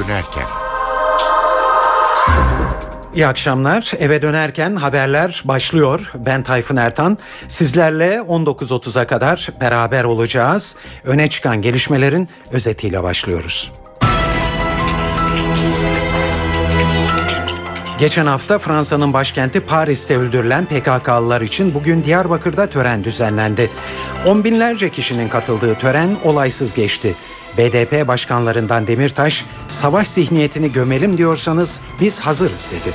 dönerken. İyi akşamlar. Eve dönerken haberler başlıyor. Ben Tayfun Ertan. Sizlerle 19.30'a kadar beraber olacağız. Öne çıkan gelişmelerin özetiyle başlıyoruz. Geçen hafta Fransa'nın başkenti Paris'te öldürülen PKK'lılar için bugün Diyarbakır'da tören düzenlendi. On binlerce kişinin katıldığı tören olaysız geçti. BDP başkanlarından Demirtaş, savaş zihniyetini gömelim diyorsanız biz hazırız dedi.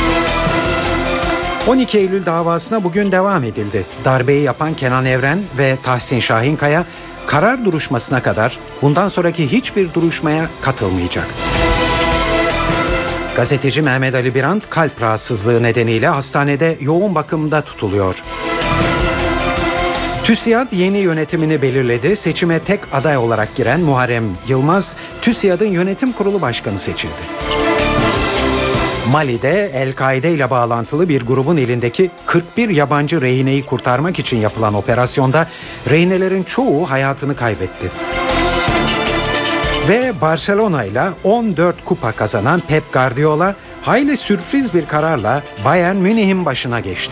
12 Eylül davasına bugün devam edildi. Darbeyi yapan Kenan Evren ve Tahsin Şahinkaya karar duruşmasına kadar bundan sonraki hiçbir duruşmaya katılmayacak. Gazeteci Mehmet Ali Birant kalp rahatsızlığı nedeniyle hastanede yoğun bakımda tutuluyor. TÜSİAD yeni yönetimini belirledi. Seçime tek aday olarak giren Muharrem Yılmaz, TÜSİAD'ın yönetim kurulu başkanı seçildi. Mali'de El-Kaide ile bağlantılı bir grubun elindeki 41 yabancı rehineyi kurtarmak için yapılan operasyonda rehinelerin çoğu hayatını kaybetti. Ve Barcelona ile 14 kupa kazanan Pep Guardiola hayli sürpriz bir kararla Bayern Münih'in başına geçti.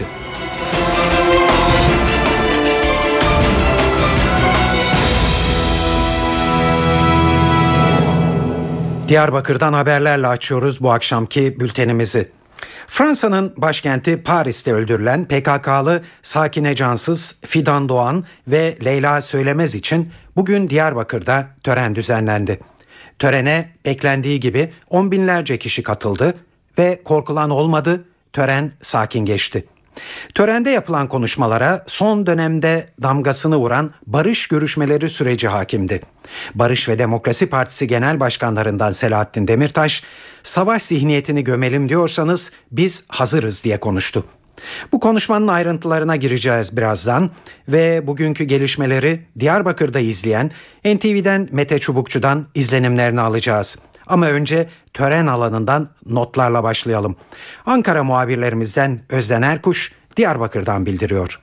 Diyarbakır'dan haberlerle açıyoruz bu akşamki bültenimizi. Fransa'nın başkenti Paris'te öldürülen PKK'lı Sakine Cansız, Fidan Doğan ve Leyla Söylemez için bugün Diyarbakır'da tören düzenlendi. Törene beklendiği gibi on binlerce kişi katıldı ve korkulan olmadı, tören sakin geçti. Törende yapılan konuşmalara son dönemde damgasını vuran barış görüşmeleri süreci hakimdi. Barış ve Demokrasi Partisi Genel Başkanlarından Selahattin Demirtaş, savaş zihniyetini gömelim diyorsanız biz hazırız diye konuştu. Bu konuşmanın ayrıntılarına gireceğiz birazdan ve bugünkü gelişmeleri Diyarbakır'da izleyen NTV'den Mete Çubukçu'dan izlenimlerini alacağız. Ama önce tören alanından notlarla başlayalım. Ankara muhabirlerimizden Özden Erkuş Diyarbakır'dan bildiriyor.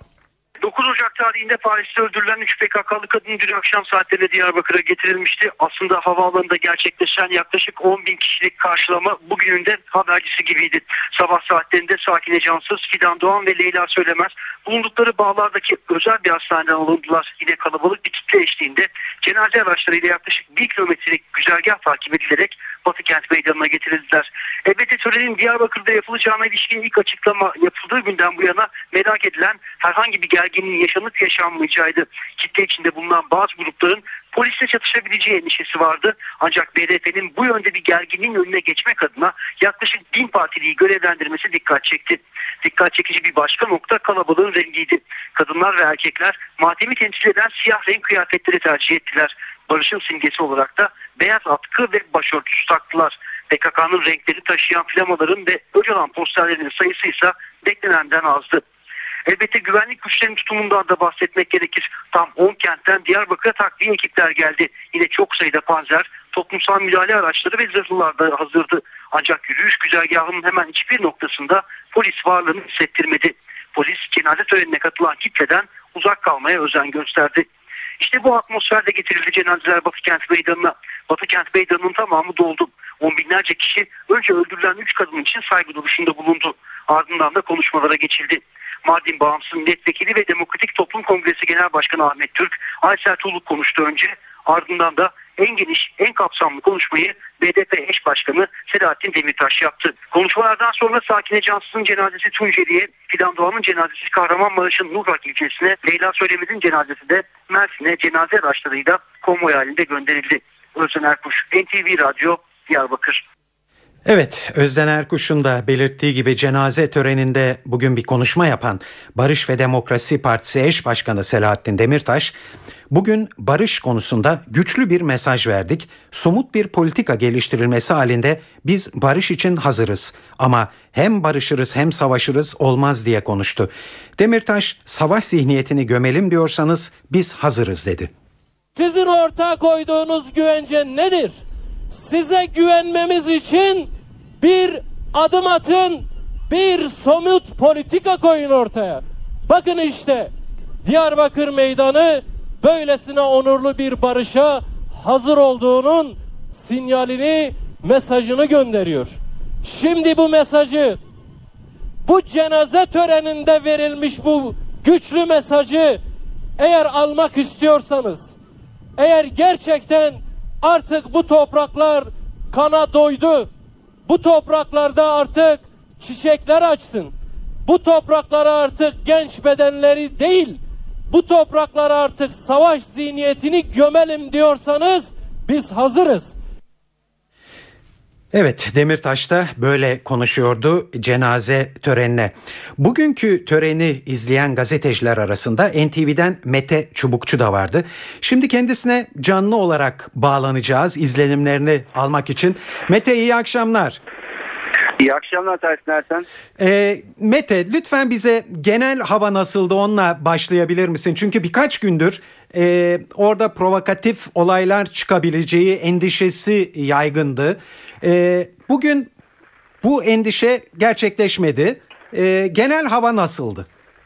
9 Ocak tarihinde Paris'te öldürülen 3 PKK'lı kadın dün akşam saatlerinde Diyarbakır'a getirilmişti. Aslında havaalanında gerçekleşen yaklaşık 10 bin kişilik karşılama bugünün de habercisi gibiydi. Sabah saatlerinde Sakine Cansız, Fidan Doğan ve Leyla Söylemez bulundukları bağlardaki özel bir hastaneden alındılar. Yine kalabalık bir kitle eşliğinde cenaze araçlarıyla yaklaşık 1 kilometrelik güzergah takip edilerek Batı Kent Meydanı'na getirildiler. Elbette törenin Diyarbakır'da yapılacağına ilişkin ilk açıklama yapıldığı günden bu yana merak edilen herhangi bir gerginliğin yaşanıp yaşanmayacağıydı. Kitle içinde bulunan bazı grupların polisle çatışabileceği endişesi vardı. Ancak BDP'nin bu yönde bir gerginliğin önüne geçmek adına yaklaşık 1000 partiliyi görevlendirmesi dikkat çekti. Dikkat çekici bir başka nokta kalabalığın rengiydi. Kadınlar ve erkekler matemi temsil eden siyah renk kıyafetleri tercih ettiler. Barışın simgesi olarak da beyaz atkı ve başörtüsü taktılar. PKK'nın renkleri taşıyan flamaların ve Öcalan posterlerinin sayısı ise beklenenden azdı. Elbette güvenlik güçlerinin tutumundan da bahsetmek gerekir. Tam 10 kentten Diyarbakır'a takviye ekipler geldi. Yine çok sayıda panzer, toplumsal müdahale araçları ve zırhlılar da hazırdı. Ancak yürüyüş güzergahının hemen hiçbir noktasında polis varlığını hissettirmedi. Polis cenaze törenine katılan kitleden uzak kalmaya özen gösterdi. İşte bu atmosferde getirildi cenazeler Batı Kent Meydanı'na. Batı Kent Meydanı'nın tamamı doldu. On binlerce kişi önce öldürülen 3 kadın için saygı duruşunda bulundu. Ardından da konuşmalara geçildi. Mardin Bağımsız Milletvekili ve Demokratik Toplum Kongresi Genel Başkanı Ahmet Türk, Aysel Tuğluk konuştu önce. Ardından da en geniş, en kapsamlı konuşmayı BDP eş başkanı Selahattin Demirtaş yaptı. Konuşmalardan sonra Sakine Cansız'ın cenazesi Tunceli'ye, Fidan Doğan'ın cenazesi Kahramanmaraş'ın Nurhak ilçesine, Leyla Söylemez'in cenazesi de Mersin'e cenaze araçlarıyla konvoy halinde gönderildi. Özden Erkuş, NTV Radyo, Diyarbakır. Evet, Özden Erkuş'un da belirttiği gibi cenaze töreninde bugün bir konuşma yapan Barış ve Demokrasi Partisi eş başkanı Selahattin Demirtaş, bugün barış konusunda güçlü bir mesaj verdik. Somut bir politika geliştirilmesi halinde biz barış için hazırız. Ama hem barışırız hem savaşırız olmaz diye konuştu. Demirtaş, savaş zihniyetini gömelim diyorsanız biz hazırız dedi. Sizin ortaya koyduğunuz güvence nedir? Size güvenmemiz için bir adım atın, bir somut politika koyun ortaya. Bakın işte Diyarbakır Meydanı böylesine onurlu bir barışa hazır olduğunun sinyalini mesajını gönderiyor. Şimdi bu mesajı, bu cenaze töreninde verilmiş bu güçlü mesajı eğer almak istiyorsanız, eğer gerçekten artık bu topraklar kana doydu, bu topraklarda artık çiçekler açsın, bu topraklara artık genç bedenleri değil, bu topraklara artık savaş zihniyetini gömelim diyorsanız biz hazırız. Evet, Demirtaş da böyle konuşuyordu cenaze törenine. Bugünkü töreni izleyen gazeteciler arasında NTV'den Mete Çubukçu da vardı. Şimdi kendisine canlı olarak bağlanacağız izlenimlerini almak için. Mete, iyi akşamlar. İyi akşamlar Tahsin Ersen. Mete, lütfen bize genel hava nasıldı, onunla başlayabilir misin? Çünkü birkaç gündür orada provokatif olaylar çıkabileceği endişesi yaygındı. Bugün bu endişe gerçekleşmedi. Genel hava nasıldı?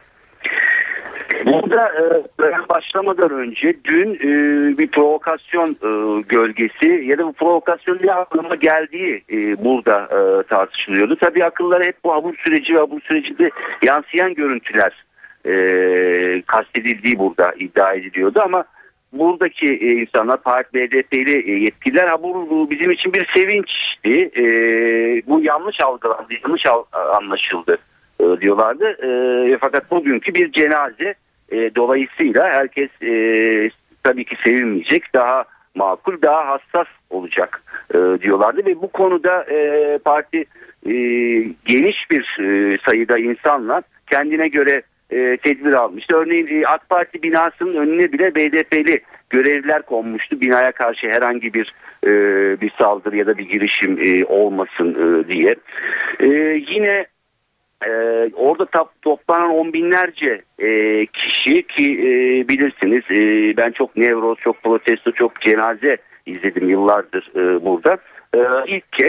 Burada başlamadan önce dün bir provokasyon gölgesi ya da bu provokasyonun ne anlama geldiği burada tartışılıyordu. Tabii akıllara hep bu Habur süreci ve Habur sürecinde yansıyan görüntüler kastedildiği burada iddia ediliyordu ama buradaki insanlar, parti BDP'li yetkililer bu bizim için bir sevinçti. Bu yanlış algılandı, yanlış anlaşıldı diyorlardı. Fakat bugünkü bir cenaze dolayısıyla herkes tabii ki sevinmeyecek, daha makul, daha hassas olacak diyorlardı ve bu konuda parti geniş bir sayıda insanla kendine göre tedbir almıştı. Örneğin AK Parti binasının önüne bile BDP'li görevliler konmuştu. Binaya karşı herhangi bir saldırı ya da bir girişim olmasın diye. Yine orada toplanan on binlerce kişi ki bilirsiniz ben çok nevroz, çok protesto, çok cenaze izledim yıllardır burada. İlk kez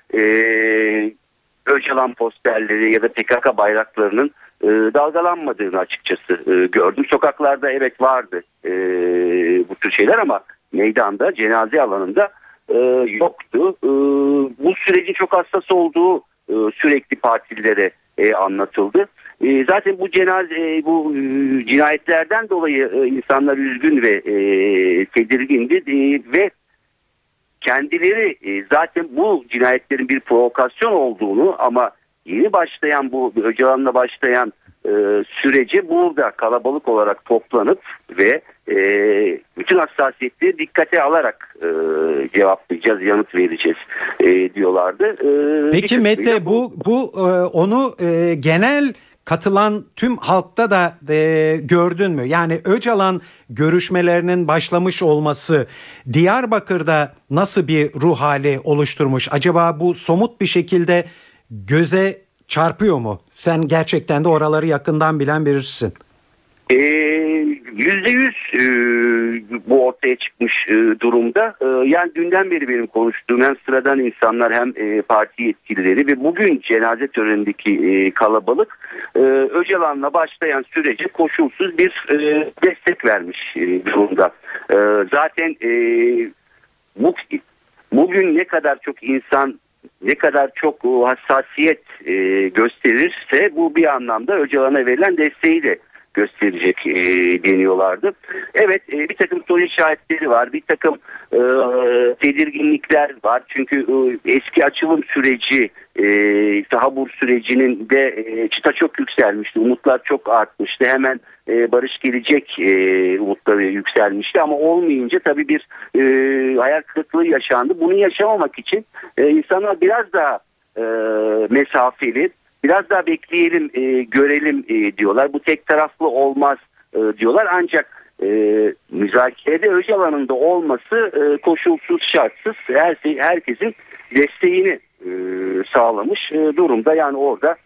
Öcalan posterleri ya da PKK bayraklarının dalgalanmadığını açıkçası gördüm. Sokaklarda evet vardı bu tür şeyler ama meydanda, cenaze alanında yoktu. Bu sürecin çok hassas olduğu sürekli partililere anlatıldı. Zaten bu cinayetlerden dolayı insanlar üzgün ve tedirgindi ve kendileri zaten bu cinayetlerin bir provokasyon olduğunu ama yeni başlayan bu Öcalan'la başlayan süreci burada kalabalık olarak toplanıp ve bütün hassasiyetleri dikkate alarak cevaplayacağız, yanıt vereceğiz diyorlardı. Peki Mete, bu onu genel katılan tüm halkta da gördün mü? Yani Öcalan görüşmelerinin başlamış olması Diyarbakır'da nasıl bir ruh hali oluşturmuş? Acaba bu somut bir şekilde göze çarpıyor mu? Sen gerçekten de oraları yakından bilen birisin. %100 bu ortaya çıkmış durumda. Yani dünden beri benim konuştuğum hem sıradan insanlar hem parti yetkilileri ve bugün cenaze törenindeki kalabalık Öcalan'la başlayan sürece koşulsuz bir destek vermiş durumda. Zaten bugün ne kadar çok insan, ne kadar çok hassasiyet gösterirse bu bir anlamda Öcalan'a verilen desteği de gösterecek deniyorlardı. Evet, bir takım soru işaretleri var, bir takım tedirginlikler var. Çünkü eski açılım süreci, Habur sürecinin de çıta çok yükselmişti, umutlar çok artmıştı. Hemen barış gelecek umutları yükselmişti ama olmayınca tabii bir hayal kırıklığı yaşandı. Bunu yaşamamak için insanlar biraz daha mesafeli, biraz daha bekleyelim, görelim diyorlar. Bu tek taraflı olmaz diyorlar. Ancak müzakerede Öcalan'ın da olması koşulsuz, şartsız herkesin desteğini sağlamış durumda. Yani orada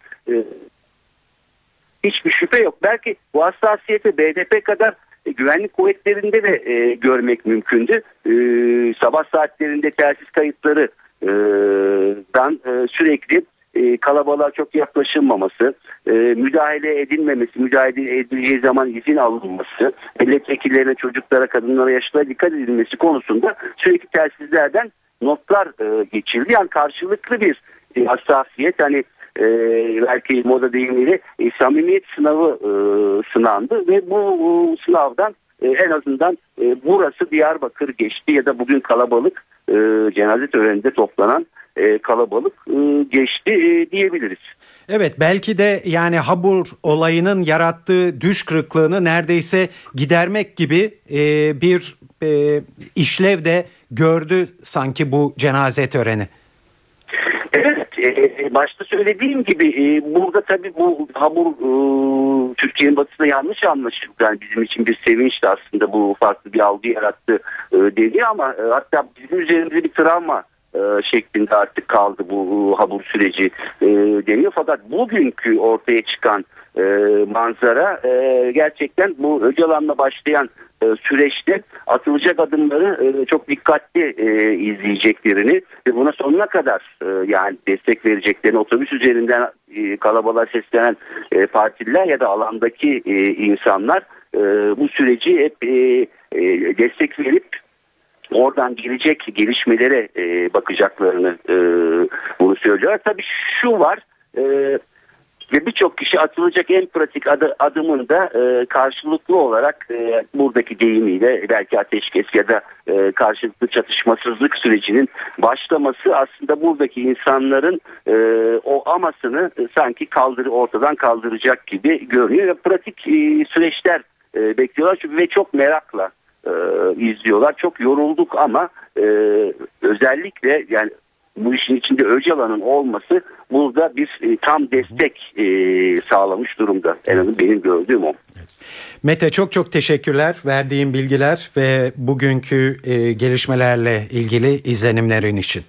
hiçbir şüphe yok. Belki bu hassasiyeti BDP kadar güvenlik kuvvetlerinde de görmek mümkündü. Sabah saatlerinde telsiz kayıtlarından sürekli kalabalığa çok yaklaşılmaması, müdahale edilmemesi, müdahale edileceği zaman izin alınması, milletvekillerine, çocuklara, kadınlara, yaşlılara dikkat edilmesi konusunda sürekli telsizlerden notlar geçildi. Yani karşılıklı bir hassasiyet, hani belki moda deyimiyle samimiyet sınavı sınandı ve bu sınavdan en azından burası Diyarbakır geçti ya da bugün kalabalık cenaze töreninde toplanan kalabalık geçti diyebiliriz. Evet, belki de yani Habur olayının yarattığı düş kırıklığını neredeyse gidermek gibi bir işlev de gördü sanki bu cenaze töreni. Evet, başta söylediğim gibi burada tabii bu Habur Türkiye'nin batısında yanlış anlaşıldı. Yani bizim için bir sevinçti aslında, bu farklı bir algı yarattı dedi ama hatta bizim üzerimizde bir travma şeklinde artık kaldı bu Habur süreci deniyor. Fakat bugünkü ortaya çıkan manzara gerçekten bu Öcalan'la başlayan süreçte atılacak adımları çok dikkatli izleyeceklerini ve buna sonuna kadar yani destek vereceklerini, otobüs üzerinden kalabalığa seslenen partililer ya da alandaki insanlar bu süreci hep destek verip oradan gelecek gelişmelere bakacaklarını bunu söylüyorlar. Tabii şu var ve birçok kişi atılacak en pratik adımın da karşılıklı olarak buradaki deyimiyle belki ateşkes ya da karşılıklı çatışmasızlık sürecinin başlaması aslında buradaki insanların o amasını sanki ortadan kaldıracak gibi görünüyor ve pratik süreçler bekliyorlar ve çok merakla izliyorlar. Çok yorulduk ama özellikle yani bu işin içinde Öcalan'ın olması burada bir tam destek sağlamış durumda. En azından benim gördüğüm o. Mete, çok teşekkürler verdiğin bilgiler ve bugünkü gelişmelerle ilgili izlenimlerin için.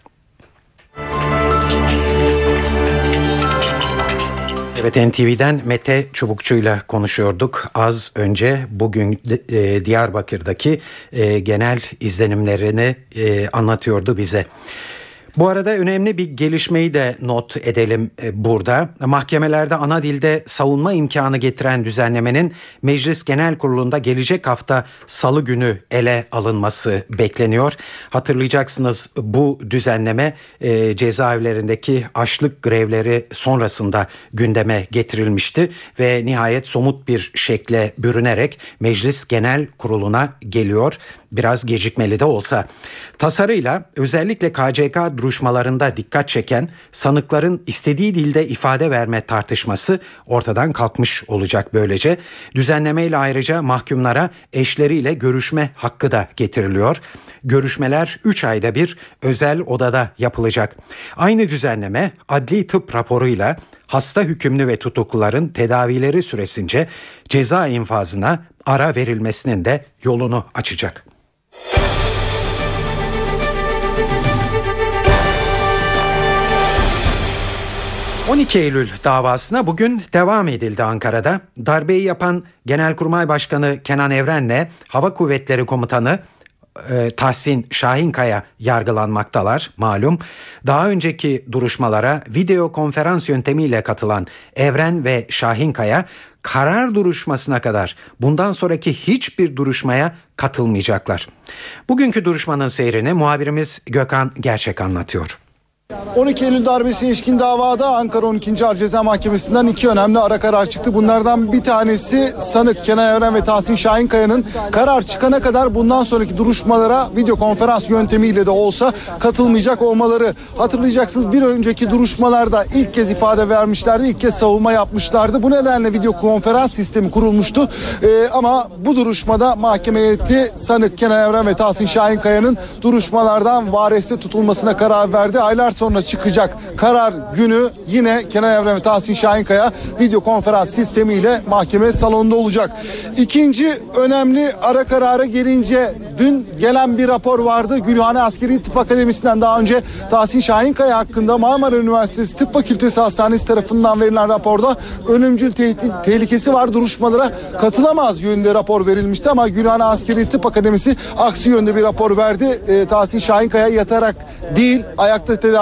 Evet, NTV'den Mete Çubukçu'yla konuşuyorduk. Az önce bugün Diyarbakır'daki genel izlenimlerini anlatıyordu bize. Bu arada önemli bir gelişmeyi de not edelim burada. Mahkemelerde ana dilde savunma imkanı getiren düzenlemenin Meclis Genel Kurulu'nda gelecek hafta Salı günü ele alınması bekleniyor. Hatırlayacaksınız, bu düzenleme cezaevlerindeki açlık grevleri sonrasında gündeme getirilmişti ve nihayet somut bir şekle bürünerek Meclis Genel Kurulu'na geliyor. Biraz gecikmeli de olsa. Tasarıyla özellikle KCK duruşmalarında dikkat çeken sanıkların istediği dilde ifade verme tartışması ortadan kalkmış olacak böylece. Düzenlemeyle ayrıca mahkumlara eşleriyle görüşme hakkı da getiriliyor. Görüşmeler 3 ayda bir özel odada yapılacak. Aynı düzenleme adli tıp raporuyla hasta hükümlü ve tutukluların tedavileri süresince ceza infazına ara verilmesinin de yolunu açacak. 12 Eylül davasına bugün devam edildi Ankara'da. Darbeyi yapan Genelkurmay Başkanı Kenan Evren'le Hava Kuvvetleri Komutanı Tahsin Şahinkaya yargılanmaktalar malum. Daha önceki duruşmalara video konferans yöntemiyle katılan Evren ve Şahinkaya karar duruşmasına kadar bundan sonraki hiçbir duruşmaya katılmayacaklar. Bugünkü duruşmanın seyrini muhabirimiz Gökhan Gerçek anlatıyor. 12 Eylül darbesine ilişkin davada Ankara 12. Ağır Ceza Mahkemesi'nden 2 önemli ara karar çıktı. Bunlardan bir tanesi sanık Kenan Evren ve Tahsin Şahinkaya'nın karar çıkana kadar bundan sonraki duruşmalara video konferans yöntemiyle de olsa katılmayacak olmaları. Hatırlayacaksınız, bir önceki duruşmalarda ilk kez ifade vermişlerdi, ilk kez savunma yapmışlardı. Bu nedenle video konferans sistemi kurulmuştu. Ama bu duruşmada mahkeme heyeti sanık Kenan Evren ve Tahsin Şahinkaya'nın duruşmalardan vareste tutulmasına karar verdi. Aylar sonra çıkacak karar günü yine Kenan Evren ve Tahsin Şahinkaya video konferans sistemiyle mahkeme salonunda olacak. İkinci önemli ara karara gelince, dün gelen bir rapor vardı. Gülhane Askeri Tıp Akademisi'nden daha önce Tahsin Şahinkaya hakkında Marmara Üniversitesi Tıp Fakültesi Hastanesi tarafından verilen raporda ölümcül tehlikesi var, duruşmalara katılamaz yönünde rapor verilmişti ama Gülhane Askeri Tıp Akademisi aksi yönde bir rapor verdi. Tahsin Şahinkaya yatarak değil, ayakta tedavi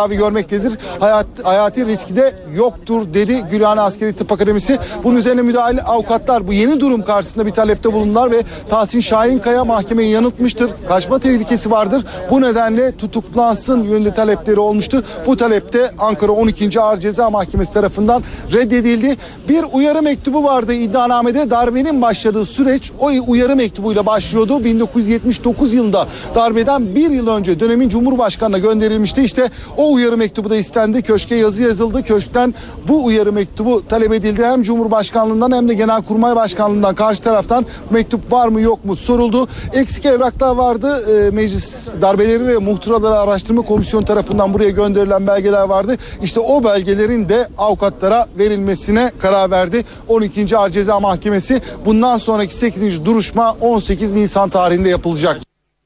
tedavi görmektedir. Hayati riski de yoktur dedi Gülhane Askeri Tıp Akademisi. Bunun üzerine müdahale avukatlar bu yeni durum karşısında bir talepte bulundular ve Tahsin Şahinkaya mahkemeyi yanıltmıştır. Kaçma tehlikesi vardır. Bu nedenle tutuklansın yönünde talepleri olmuştu. Bu talepte Ankara 12. Ağır Ceza Mahkemesi tarafından reddedildi. Bir uyarı mektubu vardı iddianamede. Darbenin başladığı süreç o uyarı mektubuyla başlıyordu. 1979 yılında darbeden bir yıl önce dönemin Cumhurbaşkanı'na gönderilmişti. İşte o uyarı mektubu da istendi. Köşke yazı yazıldı. Köşkten bu uyarı mektubu talep edildi. Hem Cumhurbaşkanlığından hem de Genelkurmay Başkanlığından karşı taraftan mektup var mı yok mu soruldu. Eksik evraklar vardı. Meclis Darbeleri ve Muhtıraları Araştırma Komisyonu tarafından buraya gönderilen belgeler vardı. İşte o belgelerin de avukatlara verilmesine karar verdi. 12. Ağır Ceza Mahkemesi bundan sonraki 8. duruşma 18 Nisan tarihinde yapılacak.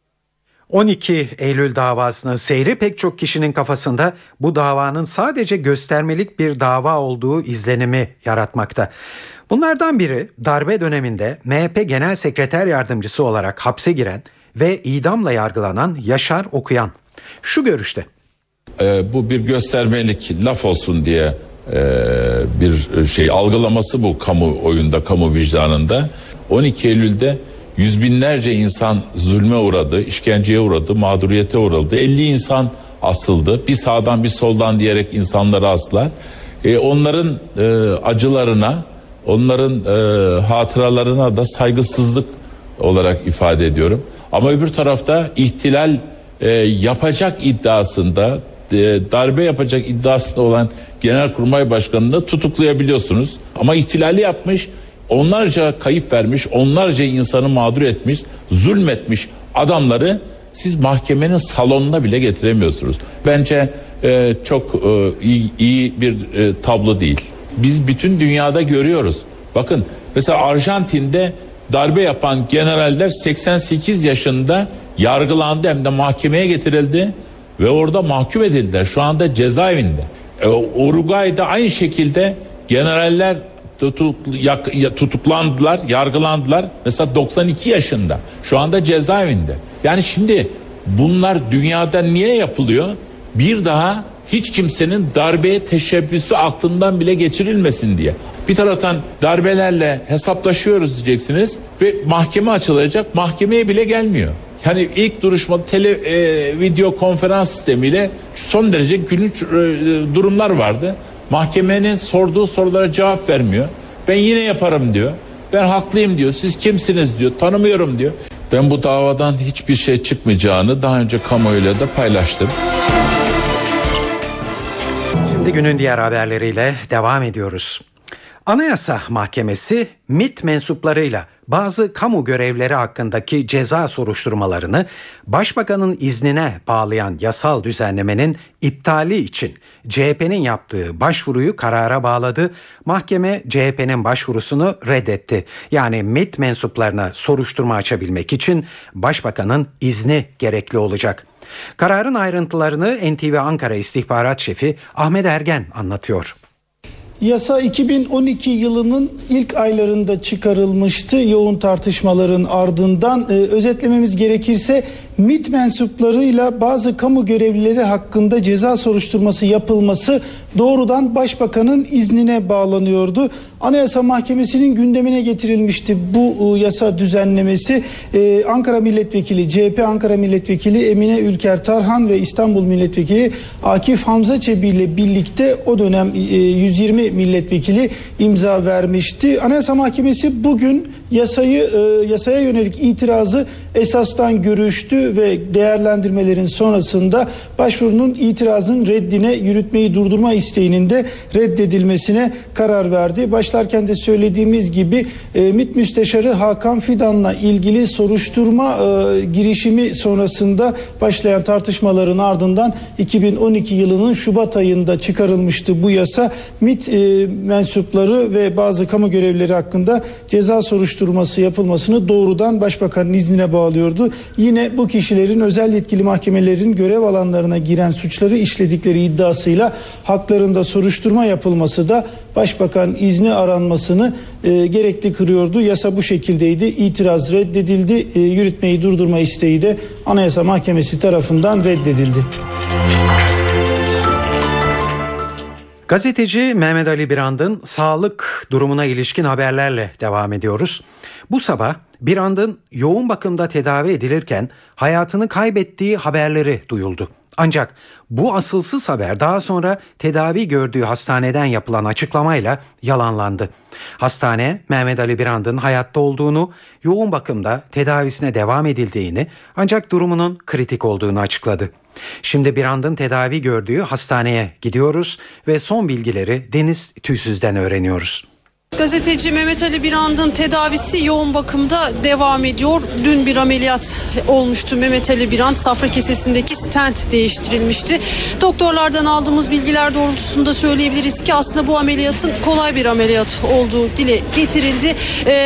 12 Eylül davasının seyri pek çok kişinin kafasında bu davanın sadece göstermelik bir dava olduğu izlenimi yaratmakta. Bunlardan biri darbe döneminde MHP Genel Sekreter Yardımcısı olarak hapse giren ve idamla yargılanan Yaşar Okuyan. Şu görüşte. Bu bir göstermelik laf olsun diye bir şey algılaması bu kamuoyunda, kamu vicdanında. 12 Eylül'de yüz binlerce insan zulme uğradı, işkenceye uğradı, mağduriyete uğradı. 50 insan asıldı. Bir sağdan bir soldan diyerek insanları astılar. Onların acılarına, onların hatıralarına da saygısızlık olarak ifade ediyorum. Ama öbür tarafta ihtilal yapacak iddiasında, darbe yapacak iddiasında olan Genelkurmay Başkanı'nı tutuklayabiliyorsunuz. Ama ihtilali yapmış, onlarca kayıp vermiş, onlarca insanı mağdur etmiş, zulmetmiş adamları siz mahkemenin salonuna bile getiremiyorsunuz. Bence çok iyi bir tablo değil. Biz bütün dünyada görüyoruz. Bakın mesela Arjantin'de darbe yapan generaller 88 yaşında yargılandı, hem de mahkemeye getirildi ve orada mahkum edildiler. Şu anda cezaevinde. Uruguay'da aynı şekilde generaller tutuklandılar, yargılandılar. Mesela 92 yaşında. Şu anda cezaevinde. Yani şimdi bunlar dünyada niye yapılıyor? Bir daha hiç kimsenin darbeye teşebbüsü aklından bile geçirilmesin diye. Bir taraftan darbelerle hesaplaşıyoruz diyeceksiniz ve mahkeme açılacak, mahkemeye bile gelmiyor. Yani ilk duruşma video konferans sistemiyle son derece gülünç durumlar vardı. Mahkemenin sorduğu sorulara cevap vermiyor. Ben yine yaparım diyor. Ben haklıyım diyor. Siz kimsiniz diyor. Tanımıyorum diyor. Ben bu davadan hiçbir şey çıkmayacağını daha önce kamuoyuyla da paylaştım. Şimdi günün diğer haberleriyle devam ediyoruz. Anayasa Mahkemesi MİT mensuplarıyla bazı kamu görevleri hakkındaki ceza soruşturmalarını Başbakanın iznine bağlayan yasal düzenlemenin iptali için CHP'nin yaptığı başvuruyu karara bağladı. Mahkeme CHP'nin başvurusunu reddetti. Yani MİT mensuplarına soruşturma açabilmek için Başbakanın izni gerekli olacak. Kararın ayrıntılarını NTV Ankara İstihbarat Şefi Ahmet Ergen anlatıyor. Yasa 2012 yılının ilk aylarında çıkarılmıştı yoğun tartışmaların ardından. Özetlememiz gerekirse MİT mensuplarıyla bazı kamu görevlileri hakkında ceza soruşturması yapılması doğrudan Başbakanın iznine bağlanıyordu. Anayasa Mahkemesi'nin gündemine getirilmişti bu yasa düzenlemesi. Ankara Milletvekili, CHP Ankara Milletvekili Emine Ülker Tarhan ve İstanbul Milletvekili Akif Hamza Çebi ile birlikte o dönem 120 milletvekili imza vermişti. Anayasa Mahkemesi bugün yasaya yönelik itirazı esastan görüştü ve değerlendirmelerin sonrasında başvurunun itirazın reddine, yürütmeyi durdurma isteğinin de reddedilmesine karar verdi. Başlarken de söylediğimiz gibi MİT Müsteşarı Hakan Fidan'la ilgili soruşturma girişimi sonrasında başlayan tartışmaların ardından 2012 yılının Şubat ayında çıkarılmıştı bu yasa. MİT mensupları ve bazı kamu görevlileri hakkında ceza soruşturması yapılmasını doğrudan Başbakanın iznine bağlıyordu. Yine bu kişilerin özel yetkili mahkemelerin görev alanlarına giren suçları işledikleri iddiasıyla haklarında soruşturma yapılması da Başbakan izni aranmasını gerekli kılıyordu. Yasa bu şekildeydi. İtiraz reddedildi. Yürütmeyi durdurma isteği de Anayasa Mahkemesi tarafından reddedildi. Gazeteci Mehmet Ali Birand'ın sağlık durumuna ilişkin haberlerle devam ediyoruz. Bu sabah Birand'ın yoğun bakımda tedavi edilirken hayatını kaybettiği haberleri duyuldu. Ancak bu asılsız haber daha sonra tedavi gördüğü hastaneden yapılan açıklamayla yalanlandı. Hastane Mehmet Ali Birand'ın hayatta olduğunu, yoğun bakımda tedavisine devam edildiğini ancak durumunun kritik olduğunu açıkladı. Şimdi Birand'ın tedavi gördüğü hastaneye gidiyoruz ve son bilgileri Deniz Tüysüz'den öğreniyoruz. Gazeteci Mehmet Ali Birand'ın tedavisi yoğun bakımda devam ediyor. Dün bir ameliyat olmuştu Mehmet Ali Birand. Safra kesesindeki stent değiştirilmişti. Doktorlardan aldığımız bilgiler doğrultusunda söyleyebiliriz ki aslında bu ameliyatın kolay bir ameliyat olduğu dile getirildi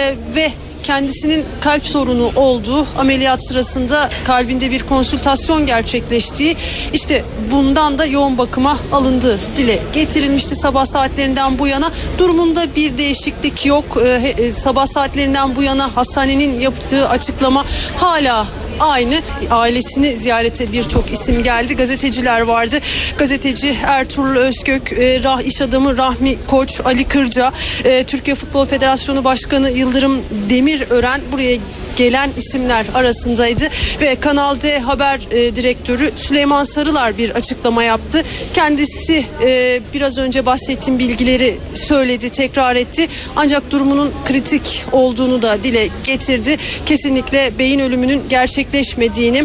ve kendisinin kalp sorunu olduğu, ameliyat sırasında kalbinde bir konsültasyon gerçekleştiği, işte bundan da yoğun bakıma alındığı dile getirilmişti sabah saatlerinden bu yana. Durumunda bir değişiklik yok. Sabah saatlerinden bu yana hastanenin yaptığı açıklama hala aynı. Ailesini ziyarete birçok isim geldi. Gazeteciler vardı. Gazeteci Ertuğrul Özkök, iş adamı Rahmi Koç, Ali Kırca, Türkiye Futbol Federasyonu Başkanı Yıldırım Demirören buraya gelen isimler arasındaydı ve Kanal D Haber Direktörü Süleyman Sarılar bir açıklama yaptı. Kendisi biraz önce bahsettiğim bilgileri söyledi, tekrar etti. Ancak durumunun kritik olduğunu da dile getirdi. Kesinlikle beyin ölümünün gerçekleşmediğini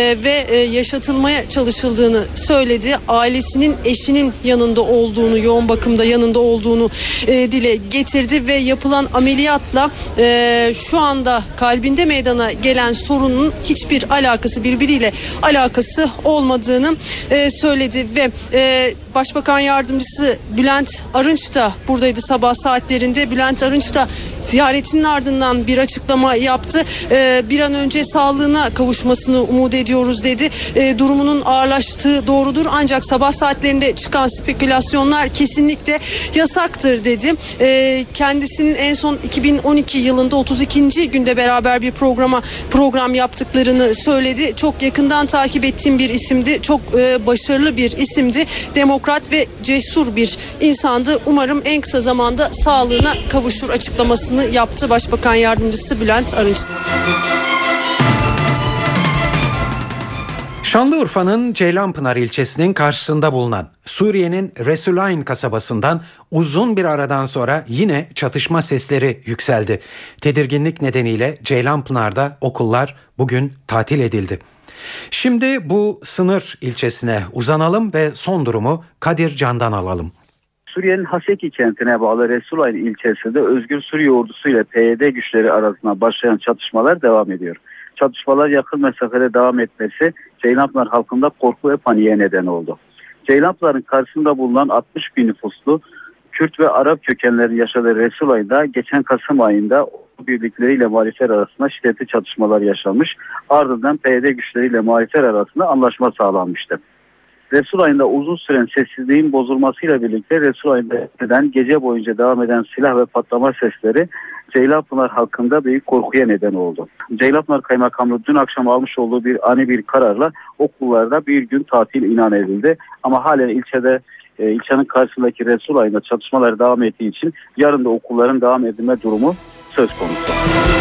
ve yaşatılmaya çalışıldığını söyledi. Ailesinin, eşinin yanında olduğunu, yoğun bakımda yanında olduğunu dile getirdi ve yapılan ameliyatla şu anda kalbinde meydana gelen sorunun hiçbir alakası, birbiriyle alakası olmadığını söyledi ve Başbakan Yardımcısı Bülent Arınç da buradaydı sabah saatlerinde. Bülent Arınç da ziyaretinin ardından bir açıklama yaptı. Bir an önce sağlığına kavuşmasını umut ediyoruz dedi. Durumunun ağırlaştığı doğrudur ancak sabah saatlerinde çıkan spekülasyonlar kesinlikle yasaktır dedi. Kendisinin en son 2012 yılında 32. günde beraber bir program yaptıklarını söyledi. Çok yakından takip ettiğim bir isimdi. Çok başarılı bir isimdi. Demokrat ve cesur bir insandı. Umarım en kısa zamanda sağlığına kavuşur açıklamasını yaptı Başbakan Yardımcısı Bülent Arınç. Şanlıurfa'nın Ceylanpınar ilçesinin karşısında bulunan Suriye'nin Resulayn kasabasından uzun bir aradan sonra yine çatışma sesleri yükseldi. Tedirginlik nedeniyle Ceylanpınar'da okullar bugün tatil edildi. Şimdi bu sınır ilçesine uzanalım ve son durumu Kadir Can'dan alalım. Suriye'nin Haseki kentine bağlı Resulayn ilçesinde Özgür Suriye Ordusu ile PYD güçleri arasında başlayan çatışmalar devam ediyor. Çatışmalar yakın mesafede devam etmesi Ceylanpınar halkında korku ve paniğe neden oldu. Ceylanpınar'ın karşısında bulunan 60 bin nüfuslu Kürt ve Arap kökenlerin yaşadığı Resulayn'da geçen Kasım ayında birlikleriyle muhalifler arasında şiddetli çatışmalar yaşanmış. Ardından PYD güçleriyle muhalifler arasında anlaşma sağlanmıştı. Resulayn'da uzun süren sessizliğin bozulmasıyla birlikte Resulayn'da gece boyunca devam eden silah ve patlama sesleri Ceylanpınar halkında büyük korkuya neden oldu. Ceylanpınar Kaymakamlığı dün akşam almış olduğu ani bir kararla okullarda bir gün tatil ilan edildi. Ama halen ilçenin karşısındaki Resulayn'da çatışmalar devam ettiği için yarın da okulların devam edilme durumu söz konusu.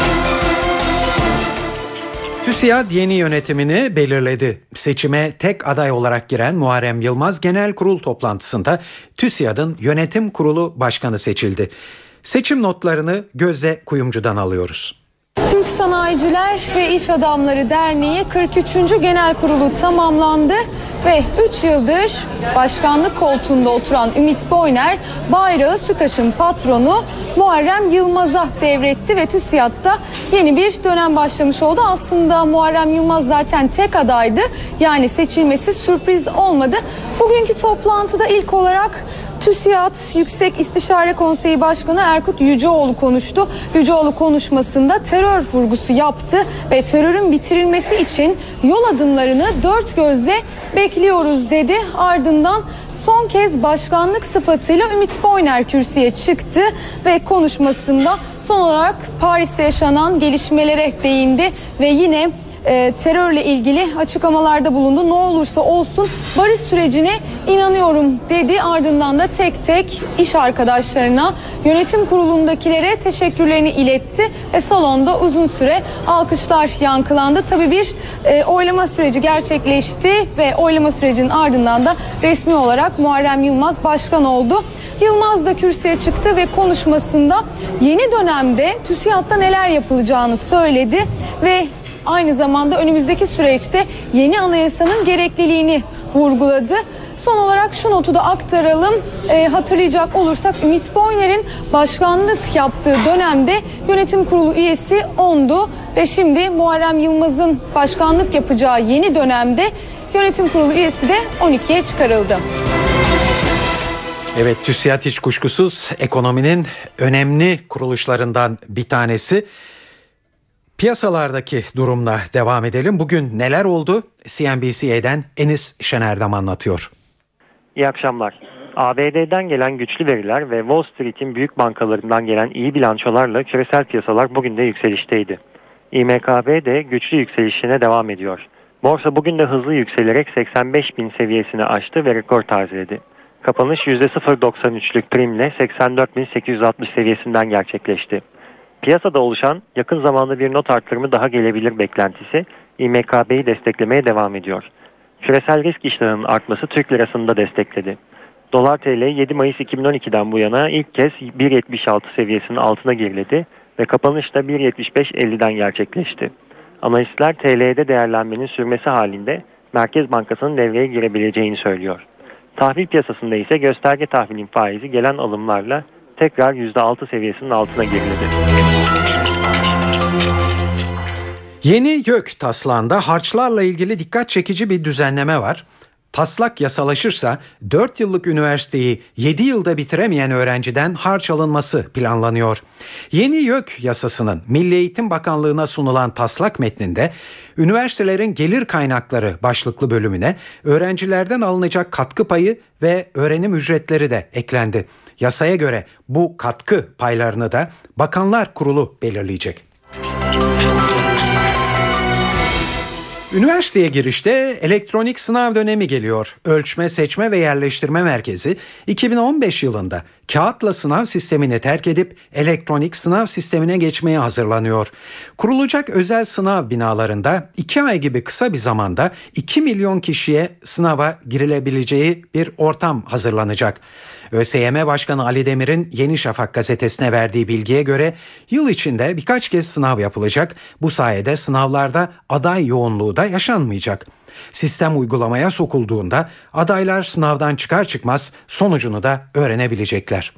TÜSİAD yeni yönetimini belirledi. Seçime tek aday olarak giren Muharrem Yılmaz genel kurul toplantısında TÜSİAD'ın yönetim kurulu başkanı seçildi. Seçim notlarını Gözde Kuyumcu'dan alıyoruz. Türk Sanayiciler ve İş Adamları Derneği 43. Genel Kurulu tamamlandı ve 3 yıldır başkanlık koltuğunda oturan Ümit Boyner bayrağı SÜTAŞ'ın patronu Muharrem Yılmaz'a devretti ve TÜSİAD'da yeni bir dönem başlamış oldu. Aslında Muharrem Yılmaz zaten tek adaydı, yani seçilmesi sürpriz olmadı. Bugünkü toplantıda ilk olarak TÜSİAD Yüksek İstişare Konseyi Başkanı Erkut Yüceoğlu konuştu. Yüceoğlu konuşmasında terör vurgusu yaptı ve terörün bitirilmesi için yol adımlarını dört gözle bekliyoruz dedi. Ardından son kez başkanlık sıfatıyla Ümit Boyner kürsüye çıktı ve konuşmasında son olarak Paris'te yaşanan gelişmelere değindi ve yine terörle ilgili açıklamalarda bulundu. Ne olursa olsun barış sürecine inanıyorum dedi. Ardından da tek tek iş arkadaşlarına, yönetim kurulundakilere teşekkürlerini iletti ve salonda uzun süre alkışlar yankılandı. Tabii bir oylama süreci gerçekleşti ve oylama sürecinin ardından da resmi olarak Muharrem Yılmaz başkan oldu. Yılmaz da kürsüye çıktı ve konuşmasında yeni dönemde TÜSİAD'da neler yapılacağını söyledi ve aynı zamanda önümüzdeki süreçte yeni anayasanın gerekliliğini vurguladı. Son olarak şu notu da aktaralım. Hatırlayacak olursak Ümit Boyner'in başkanlık yaptığı dönemde yönetim kurulu üyesi 10'du ve şimdi Muharrem Yılmaz'ın başkanlık yapacağı yeni dönemde yönetim kurulu üyesi de 12'ye çıkarıldı. Evet, TÜSİAD hiç kuşkusuz ekonominin önemli kuruluşlarından bir tanesi. Piyasalardaki durumla devam edelim. Bugün neler oldu? CNBC'den Enis Şenerdam anlatıyor. İyi akşamlar. ABD'den gelen güçlü veriler ve Wall Street'in büyük bankalarından gelen iyi bilançolarla küresel piyasalar bugün de yükselişteydi. İMKB de güçlü yükselişine devam ediyor. Borsa bugün de hızlı yükselerek 85.000 seviyesini aştı ve rekor tazeledi. Kapanış %0.93'lük primle 84.860 seviyesinden gerçekleşti. Piyasada oluşan yakın zamanda bir not artırımı daha gelebilir beklentisi İMKB'yi desteklemeye devam ediyor. Küresel risk iştahının artması Türk lirasını da destekledi. Dolar TL 7 Mayıs 2012'den bu yana ilk kez 1.76 seviyesinin altına geriledi ve kapanışta 1.75.50'den gerçekleşti. Analistler TL'de değerlenmenin sürmesi halinde Merkez Bankası'nın devreye girebileceğini söylüyor. Tahvil piyasasında ise gösterge tahvilin faizi gelen alımlarla tekrar %6 seviyesinin altına geriledi. Yeni YÖK taslağında harçlarla ilgili dikkat çekici bir düzenleme var. Taslak yasalaşırsa 4 yıllık üniversiteyi 7 yılda bitiremeyen öğrenciden harç alınması planlanıyor. Yeni YÖK yasasının Milli Eğitim Bakanlığı'na sunulan taslak metninde üniversitelerin gelir kaynakları başlıklı bölümüne öğrencilerden alınacak katkı payı ve öğrenim ücretleri de eklendi. Yasaya göre bu katkı paylarını da Bakanlar Kurulu belirleyecek. Üniversiteye girişte elektronik sınav dönemi geliyor. Ölçme, Seçme ve Yerleştirme Merkezi 2015 yılında kağıtla sınav sistemini terk edip elektronik sınav sistemine geçmeye hazırlanıyor. Kurulacak özel sınav binalarında 2 ay gibi kısa bir zamanda 2 milyon kişiye sınava girilebileceği bir ortam hazırlanacak. ÖSYM Başkanı Ali Demir'in Yeni Şafak gazetesine verdiği bilgiye göre yıl içinde birkaç kez sınav yapılacak. Bu sayede sınavlarda aday yoğunluğu da yaşanmayacak. Sistem uygulamaya sokulduğunda adaylar sınavdan çıkar çıkmaz sonucunu da öğrenebilecekler.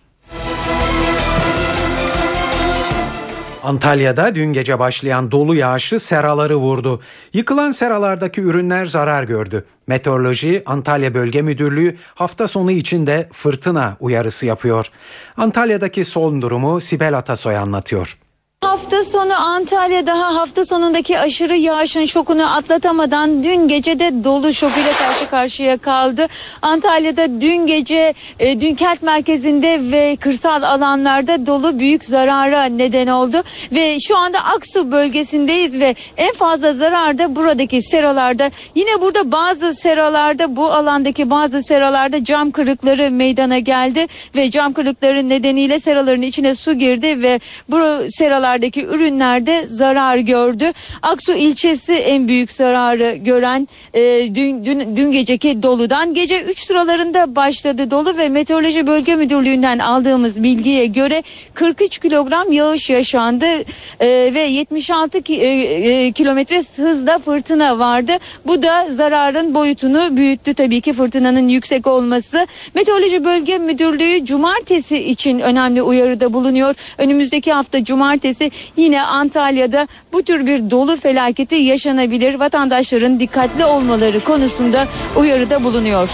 Antalya'da dün gece başlayan dolu yağışı seraları vurdu. Yıkılan seralardaki ürünler zarar gördü. Meteoroloji Antalya Bölge Müdürlüğü hafta sonu için de fırtına uyarısı yapıyor. Antalya'daki son durumu Sibel Atasoy anlatıyor. Hafta sonu Antalya daha hafta sonundaki aşırı yağışın şokunu atlatamadan dün gece de dolu şokuyla karşı karşıya kaldı. Antalya'da dün gece dün kent merkezinde ve kırsal alanlarda dolu büyük zarara neden oldu. Ve şu anda Aksu bölgesindeyiz ve en fazla zarar da buradaki seralarda. Yine burada bazı seralarda, bu alandaki bazı seralarda cam kırıkları meydana geldi ve cam kırıkları nedeniyle seraların içine su girdi ve bu seralardaki ürünlerde zarar gördü. Aksu ilçesi en büyük zararı gören dün geceki doludan. Gece 3 sıralarında başladı dolu ve Meteoroloji Bölge Müdürlüğü'nden aldığımız bilgiye göre 43 kilogram yağış yaşandı ve 76 kilometre hızda fırtına vardı. Bu da zararın boyutunu büyüttü tabii ki, fırtınanın yüksek olması. Meteoroloji Bölge Müdürlüğü cumartesi için önemli uyarıda bulunuyor. Önümüzdeki hafta cumartesi yine Antalya'da bu tür bir dolu felaketi yaşanabilir. Vatandaşların dikkatli olmaları konusunda uyarıda bulunuyor.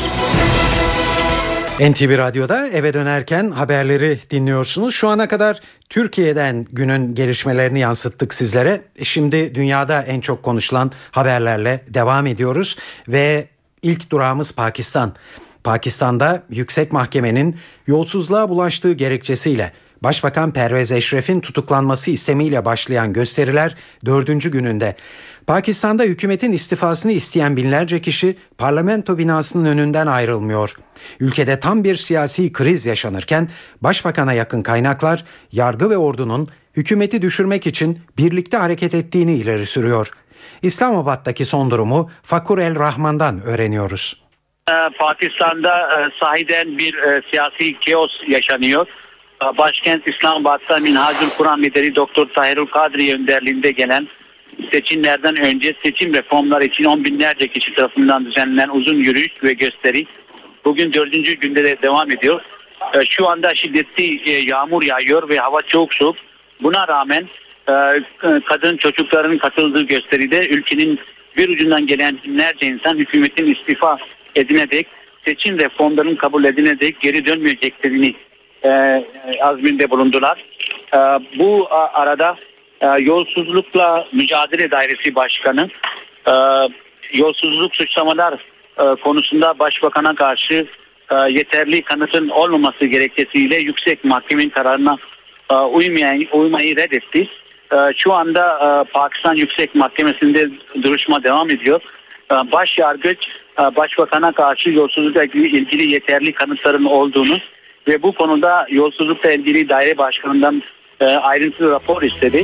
NTV Radyo'da eve dönerken haberleri dinliyorsunuz. Şu ana kadar Türkiye'den günün gelişmelerini yansıttık sizlere. Şimdi dünyada en çok konuşulan haberlerle devam ediyoruz ve ilk durağımız Pakistan. Pakistan'da yüksek mahkemenin yolsuzluğa bulaştığı gerekçesiyle Başbakan Pervez Eşref'in tutuklanması istemiyle başlayan gösteriler 4. gününde. Pakistan'da hükümetin istifasını isteyen binlerce kişi parlamento binasının önünden ayrılmıyor. Ülkede tam bir siyasi kriz yaşanırken başbakana yakın kaynaklar yargı ve ordunun hükümeti düşürmek için birlikte hareket ettiğini ileri sürüyor. İslamabad'daki son durumu Fakur El Rahman'dan öğreniyoruz. Pakistan'da sahiden bir siyasi kaos yaşanıyor. Başkent İslamabad'da Minhacül Kur'an lideri Doktor Tahirul Kadri önderliğinde gelen seçimlerden önce seçim reformları için 10 binlerce kişi tarafından düzenlenen uzun yürüyüş ve gösteri bugün 4. günde de devam ediyor. Şu anda şiddetli yağmur yağıyor ve hava çok soğuk. Buna rağmen kadın çocukların katıldığı gösteride ülkenin bir ucundan gelen binlerce insan hükümetin istifa edinerek seçim reformlarının kabul edinerek geri dönmeyeceklerini azminde bulundular. Bu arada Yolsuzlukla Mücadele Dairesi Başkanı yolsuzluk suçlamalar konusunda başbakana karşı yeterli kanıtın olmaması gerekçesiyle yüksek mahkemenin kararına uymayı reddetti. Şu anda Pakistan Yüksek Mahkemesi'nde duruşma devam ediyor. Başyargıç başbakana karşı yolsuzlukla ilgili yeterli kanıtların olduğunu ve bu konuda yolsuzlukla ilgili daire başkanından ayrıntılı rapor istedi.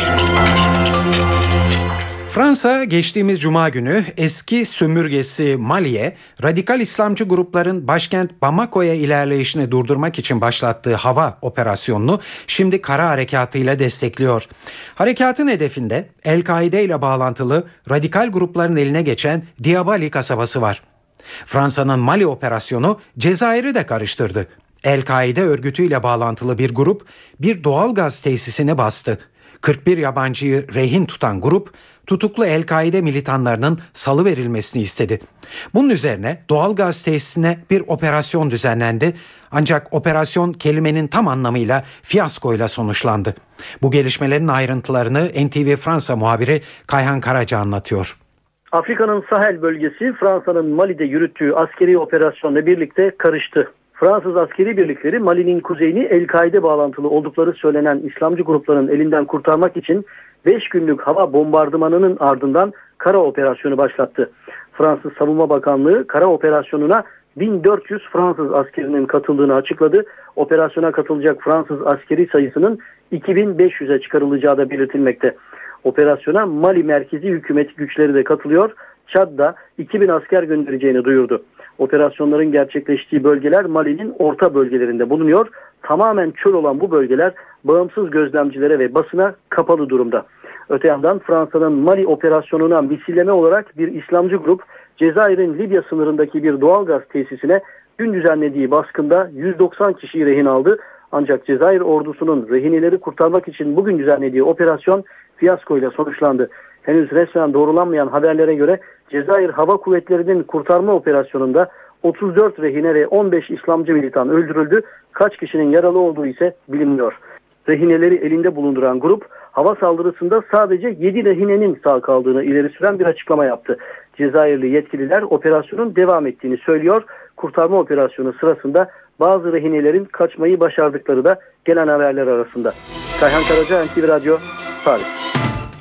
Fransa geçtiğimiz Cuma günü eski sömürgesi Mali'ye radikal İslamcı grupların başkent Bamako'ya ilerleyişini durdurmak için başlattığı hava operasyonunu şimdi kara harekatıyla destekliyor. Harekatın hedefinde El-Kaide ile bağlantılı radikal grupların eline geçen Diabali kasabası var. Fransa'nın Mali operasyonu Cezayir'i de karıştırdı. El-Kaide örgütüyle bağlantılı bir grup bir doğalgaz tesisini bastı. 41 yabancıyı rehin tutan grup tutuklu El-Kaide militanlarının salıverilmesini istedi. Bunun üzerine doğalgaz tesisine bir operasyon düzenlendi. Ancak operasyon kelimenin tam anlamıyla fiyaskoyla sonuçlandı. Bu gelişmelerin ayrıntılarını NTV Fransa muhabiri Kayhan Karaca anlatıyor. Afrika'nın Sahel bölgesi Fransa'nın Mali'de yürüttüğü askeri operasyonla birlikte karıştı. Fransız askeri birlikleri Mali'nin kuzeyini El-Kaide bağlantılı oldukları söylenen İslamcı grupların elinden kurtarmak için 5 günlük hava bombardımanının ardından kara operasyonu başlattı. Fransız Savunma Bakanlığı kara operasyonuna 1400 Fransız askerinin katıldığını açıkladı. Operasyona katılacak Fransız askeri sayısının 2500'e çıkarılacağı da belirtilmekte. Operasyona Mali merkezi hükümet güçleri de katılıyor. Çad'da 2000 asker göndereceğini duyurdu. Operasyonların gerçekleştiği bölgeler Mali'nin orta bölgelerinde bulunuyor. Tamamen çöl olan bu bölgeler bağımsız gözlemcilere ve basına kapalı durumda. Öte yandan Fransa'nın Mali operasyonuna misilleme olarak bir İslamcı grup Cezayir'in Libya sınırındaki bir doğalgaz tesisine dün düzenlediği baskında 190 kişiyi rehin aldı. Ancak Cezayir ordusunun rehineleri kurtarmak için bugün düzenlediği operasyon fiyaskoyla sonuçlandı. Henüz resmen doğrulanmayan haberlere göre Cezayir Hava Kuvvetleri'nin kurtarma operasyonunda 34 rehine ve 15 İslamcı militan öldürüldü. Kaç kişinin yaralı olduğu ise bilinmiyor. Rehineleri elinde bulunduran grup hava saldırısında sadece 7 rehinenin sağ kaldığını ileri süren bir açıklama yaptı. Cezayirli yetkililer operasyonun devam ettiğini söylüyor. Kurtarma operasyonu sırasında bazı rehinelerin kaçmayı başardıkları da gelen haberler arasında. Kayhan Karaca, NTV Radyo, Paris.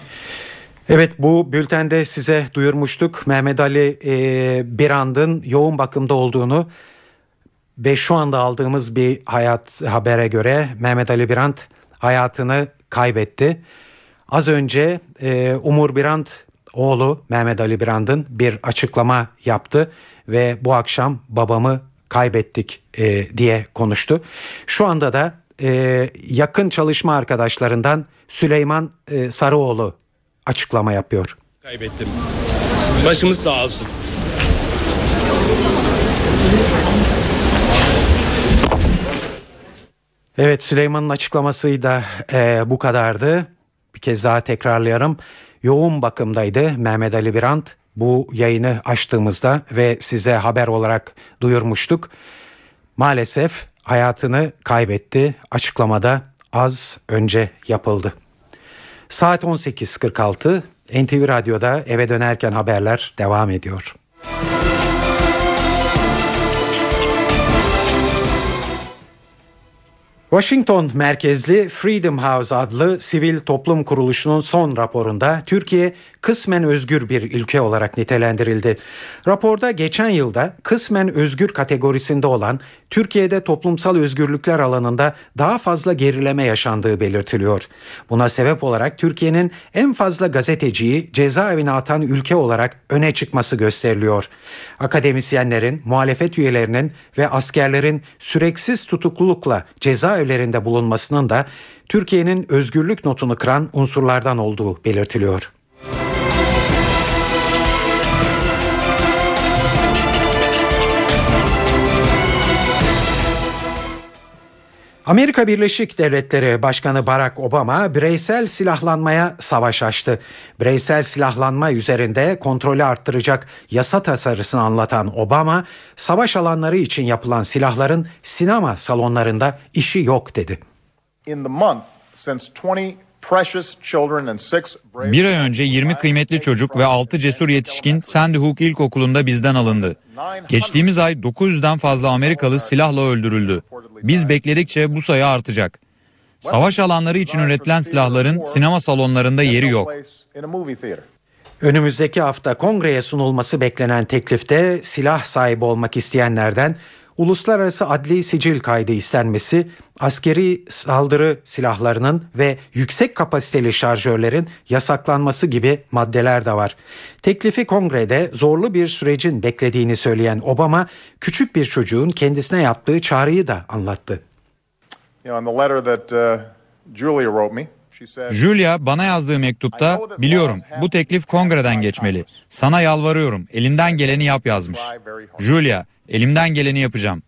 Evet, bu bültende size duyurmuştuk. Mehmet Ali Birand'ın yoğun bakımda olduğunu ve şu anda aldığımız bir habere göre Mehmet Ali Birand hayatını kaybetti. Az önce Umur Birand oğlu Mehmet Ali Birand'ın bir açıklama yaptı ve bu akşam babamı kaybettik diye konuştu. Şu anda da yakın çalışma arkadaşlarından Süleyman Sarıoğlu açıklama yapıyor. Kaybettim. Başımız sağ olsun. Evet, Süleyman'ın açıklaması da bu kadardı. Bir kez daha tekrarlayalım. Yoğun bakımdaydı Mehmet Ali Birand. Bu yayını açtığımızda ve size haber olarak duyurmuştuk. Maalesef hayatını kaybetti. Açıklamada az önce yapıldı. Saat 18.46 NTV Radyo'da eve dönerken haberler devam ediyor. Washington merkezli Freedom House adlı sivil toplum kuruluşunun son raporunda Türkiye kısmen özgür bir ülke olarak nitelendirildi. Raporda geçen yılda kısmen özgür kategorisinde olan Türkiye'de toplumsal özgürlükler alanında daha fazla gerileme yaşandığı belirtiliyor. Buna sebep olarak Türkiye'nin en fazla gazeteciyi cezaevine atan ülke olarak öne çıkması gösteriliyor. Akademisyenlerin, muhalefet üyelerinin ve askerlerin süreksiz tutuklulukla cezaevlerinde bulunmasının da Türkiye'nin özgürlük notunu kıran unsurlardan olduğu belirtiliyor. Amerika Birleşik Devletleri Başkanı Barack Obama bireysel silahlanmaya savaş açtı. Bireysel silahlanma üzerinde kontrolü arttıracak yasa tasarısını anlatan Obama, savaş alanları için yapılan silahların sinema salonlarında işi yok dedi. Bir ay önce 20 kıymetli çocuk ve 6 cesur yetişkin Sandy Hook İlkokulu'nda bizden alındı. Geçtiğimiz ay 900'den fazla Amerikalı silahla öldürüldü. Biz bekledikçe bu sayı artacak. Savaş alanları için üretilen silahların sinema salonlarında yeri yok. Önümüzdeki hafta kongreye sunulması beklenen teklifte silah sahibi olmak isteyenlerden uluslararası adli sicil kaydı istenmesi, askeri saldırı silahlarının ve yüksek kapasiteli şarjörlerin yasaklanması gibi maddeler de var. Teklifi kongrede zorlu bir sürecin beklediğini söyleyen Obama, küçük bir çocuğun kendisine yaptığı çağrıyı da anlattı. Julia bana yazdığı mektupta, biliyorum bu teklif kongreden geçmeli. Sana yalvarıyorum, elinden geleni yap yazmış. Julia, elimden geleni yapacağım.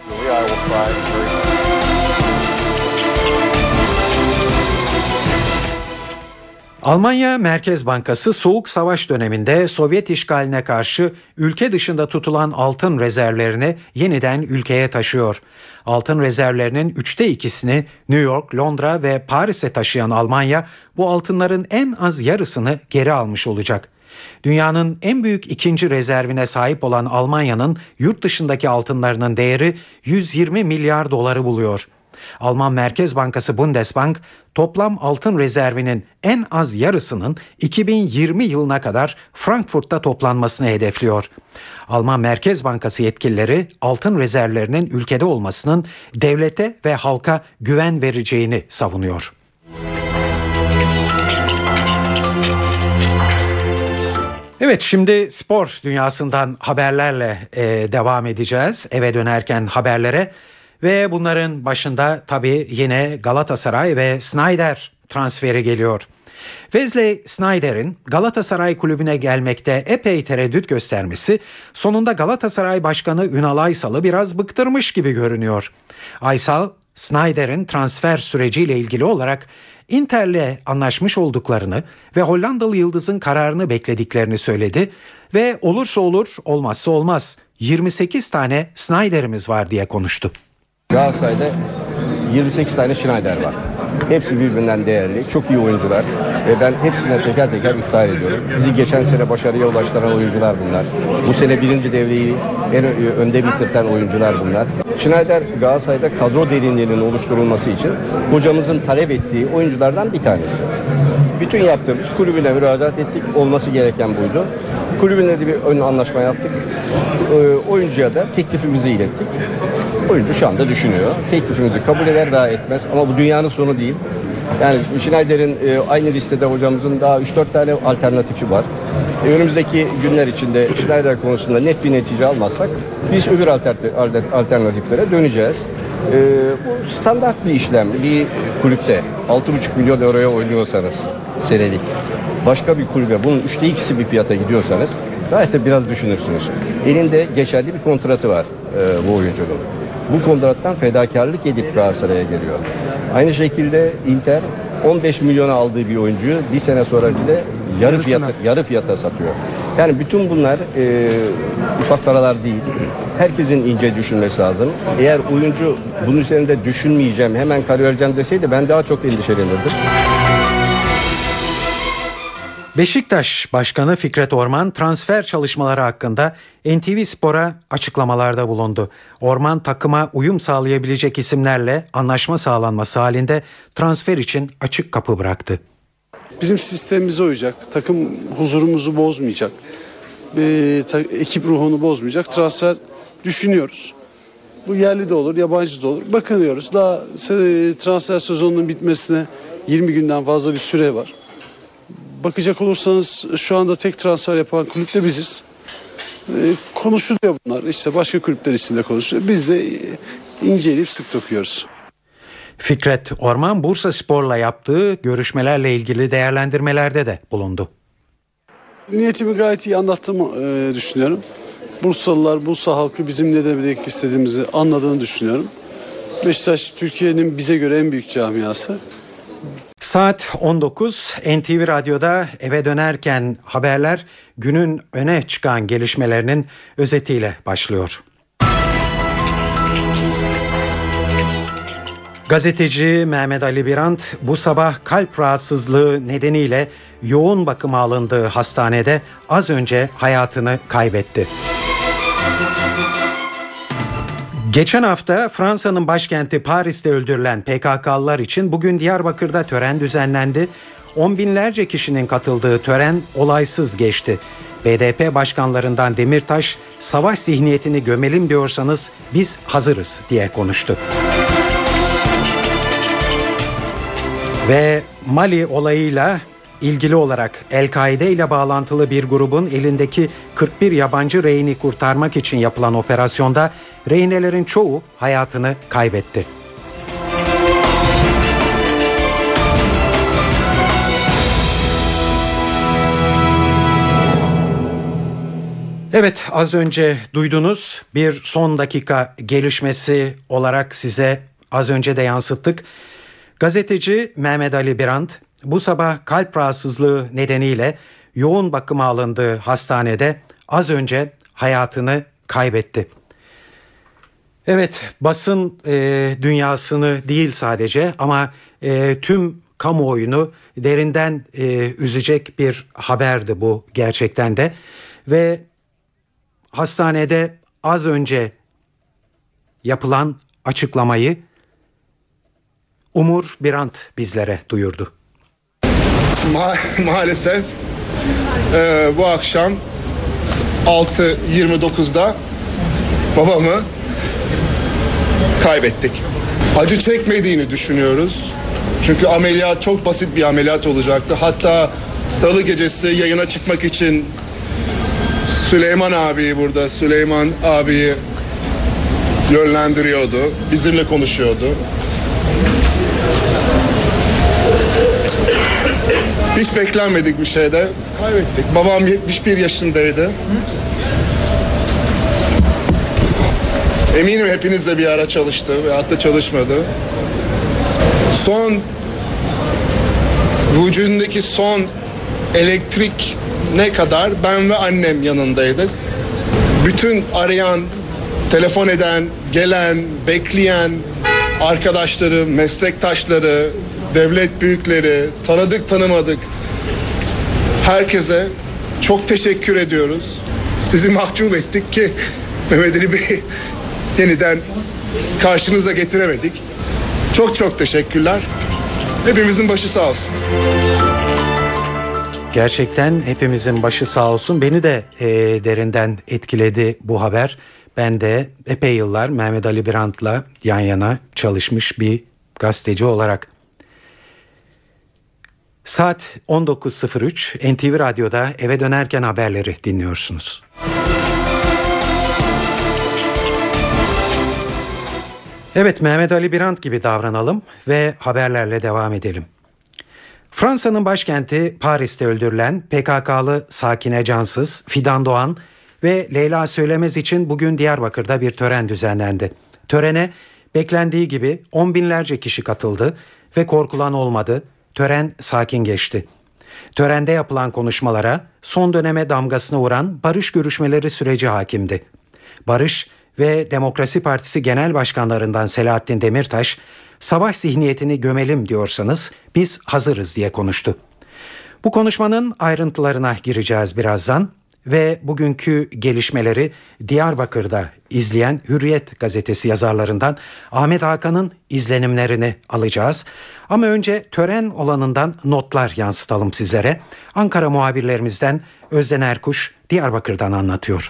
Almanya Merkez Bankası Soğuk Savaş döneminde Sovyet işgaline karşı ülke dışında tutulan altın rezervlerini yeniden ülkeye taşıyor. Altın rezervlerinin 2/3'ünü New York, Londra ve Paris'e taşıyan Almanya bu altınların en az yarısını geri almış olacak. Dünyanın en büyük ikinci rezervine sahip olan Almanya'nın yurt dışındaki altınlarının değeri 120 milyar doları buluyor. Alman Merkez Bankası Bundesbank toplam altın rezervinin en az yarısının 2020 yılına kadar Frankfurt'ta toplanmasını hedefliyor. Alman Merkez Bankası yetkilileri altın rezervlerinin ülkede olmasının devlete ve halka güven vereceğini savunuyor. Evet, şimdi spor dünyasından haberlerle devam edeceğiz. Eve dönerken haberlere ve bunların başında tabii yine Galatasaray ve Sneijder transferi geliyor. Wesley Sneijder'in Galatasaray kulübüne gelmekte epey tereddüt göstermesi sonunda Galatasaray Başkanı Ünal Aysal'ı biraz bıktırmış gibi görünüyor. Aysal, Sneijder'in transfer süreciyle ilgili olarak Inter'le anlaşmış olduklarını ve Hollandalı yıldızın kararını beklediklerini söyledi ve olursa olur, olmazsa olmaz 28 tane Sneijder'imiz var diye konuştu. Galatasaray'da 28 tane Sneijder var. Hepsi birbirinden değerli, çok iyi oyuncular ve ben hepsinden teker teker iftihar ediyorum. Bizi geçen sene başarıya ulaştıran oyuncular bunlar. Bu sene birinci devreyi en önde bitirten oyuncular bunlar. Sneijder Galatasaray'da kadro derinliğinin oluşturulması için hocamızın talep ettiği oyunculardan bir tanesi. Bütün yaptığımız kulübüne müracaat ettik, olması gereken buydu. Kulübüne de bir ön anlaşma yaptık. Oyuncuya da teklifimizi ilettik. Oyuncu şu anda düşünüyor. Teklifimizi kabul eder veya etmez ama bu dünyanın sonu değil. Yani Sneijder'in aynı listede hocamızın daha 3-4 tane alternatifi var. Önümüzdeki günler içinde Sneijder konusunda net bir netice almazsak biz öbür alternatiflere döneceğiz. Bu standart bir işlem. Bir kulüpte 6,5 milyon euroya oynuyorsanız senelik başka bir kulübe bunun 2'si bir fiyata gidiyorsanız gayet de biraz düşünürsünüz. Elinde geçerli bir kontratı var bu oyuncunun. Bu kontrattan fedakarlık edip Galatasaray'a geliyor. Aynı şekilde Inter 15 milyona aldığı bir oyuncuyu bir sene sonra bize yarı fiyata satıyor. Yani bütün bunlar ufak paralar değil. Herkesin ince düşünmesi lazım. Eğer oyuncu bunun üzerinde düşünmeyeceğim, hemen karar vereceğim deseydi ben daha çok endişelenirdim. Beşiktaş Başkanı Fikret Orman transfer çalışmaları hakkında NTV Spor'a açıklamalarda bulundu. Orman takıma uyum sağlayabilecek isimlerle anlaşma sağlanması halinde transfer için açık kapı bıraktı. Bizim sistemimize uyacak, takım huzurumuzu bozmayacak, ekip ruhunu bozmayacak transfer düşünüyoruz. Bu yerli de olur, yabancı da olur. Bakınıyoruz. Daha transfer sezonunun bitmesine 20 günden fazla bir süre var. Bakacak olursanız şu anda tek transfer yapan kulüp de biziz. Konuşuluyor bunlar. İşte başka kulüpler içinde konuşuluyor. Biz de inceleyip sık dokuyoruz. Fikret Orman Bursaspor'la yaptığı görüşmelerle ilgili değerlendirmelerde de bulundu. Niyetimi gayet iyi anlattığımı düşünüyorum. Bursalılar, Bursa halkı bizim ne demek istediğimizi anladığını düşünüyorum. Beşiktaş Türkiye'nin bize göre en büyük camiası. Saat 19 NTV Radyo'da eve dönerken haberler günün öne çıkan gelişmelerinin özetiyle başlıyor. Gazeteci Mehmet Ali Birant bu sabah kalp rahatsızlığı nedeniyle yoğun bakıma alındığı hastanede az önce hayatını kaybetti. Geçen hafta Fransa'nın başkenti Paris'te öldürülen PKK'lılar için bugün Diyarbakır'da tören düzenlendi. On binlerce kişinin katıldığı tören olaysız geçti. BDP başkanlarından Demirtaş, savaş zihniyetini gömelim diyorsanız biz hazırız diye konuştu. Ve Mali olayıyla ilgili olarak El-Kaide ile bağlantılı bir grubun elindeki 41 yabancı rehini kurtarmak için yapılan operasyonda rehinelerin çoğu hayatını kaybetti. Evet, az önce duydunuz, bir son dakika gelişmesi olarak size az önce de yansıttık. Gazeteci Mehmet Ali Birant bu sabah kalp rahatsızlığı nedeniyle yoğun bakıma alındığı hastanede az önce hayatını kaybetti. Evet, basın dünyasını değil sadece ama tüm kamuoyunu derinden üzecek bir haberdi bu gerçekten de. Ve hastanede az önce yapılan açıklamayı Umur Birant bizlere duyurdu. Maalesef bu akşam 6:29'da babamı kaybettik. Acı çekmediğini düşünüyoruz. Çünkü ameliyat çok basit bir ameliyat olacaktı. Hatta salı gecesi yayına çıkmak için Süleyman abiyi yönlendiriyordu. Bizimle konuşuyordu. Hiç beklenmedik bir şeyde kaybettik. Babam 71 yaşındaydı. Eminim hepiniz de bir ara çalıştı veyahut da çalışmadı. Vücudundaki son elektrik ne kadar ben ve annem yanındaydık. Bütün arayan, telefon eden, gelen, bekleyen arkadaşları, meslektaşları, devlet büyükleri, tanıdık tanımadık herkese çok teşekkür ediyoruz. Sizi mahcup ettik ki Mehmet Ali Bey'i yeniden karşınıza getiremedik. Çok çok teşekkürler. Hepimizin başı sağ olsun. Gerçekten hepimizin başı sağ olsun. Beni de derinden etkiledi bu haber. Ben de epey yıllar Mehmet Ali Birant'la yan yana çalışmış bir gazeteci olarak. Saat 19.03 NTV Radyo'da eve dönerken haberleri dinliyorsunuz. Evet, Mehmet Ali Birant gibi davranalım ve haberlerle devam edelim. Fransa'nın başkenti Paris'te öldürülen PKK'lı Sakine Cansız, Fidan Doğan ve Leyla Söylemez için bugün Diyarbakır'da bir tören düzenlendi. Törene beklendiği gibi on binlerce kişi katıldı ve korkulan olmadı. Tören sakin geçti. Törende yapılan konuşmalara son döneme damgasını vuran barış görüşmeleri süreci hakimdi. Barış ve Demokrasi Partisi Genel Başkanlarından Selahattin Demirtaş, savaş zihniyetini gömelim diyorsanız biz hazırız diye konuştu. Bu konuşmanın ayrıntılarına gireceğiz birazdan ve bugünkü gelişmeleri Diyarbakır'da izleyen Hürriyet gazetesi yazarlarından Ahmet Hakan'ın izlenimlerini alacağız. Ama önce tören olanından notlar yansıtalım sizlere. Ankara muhabirlerimizden Özden Erkuş Diyarbakır'dan anlatıyor.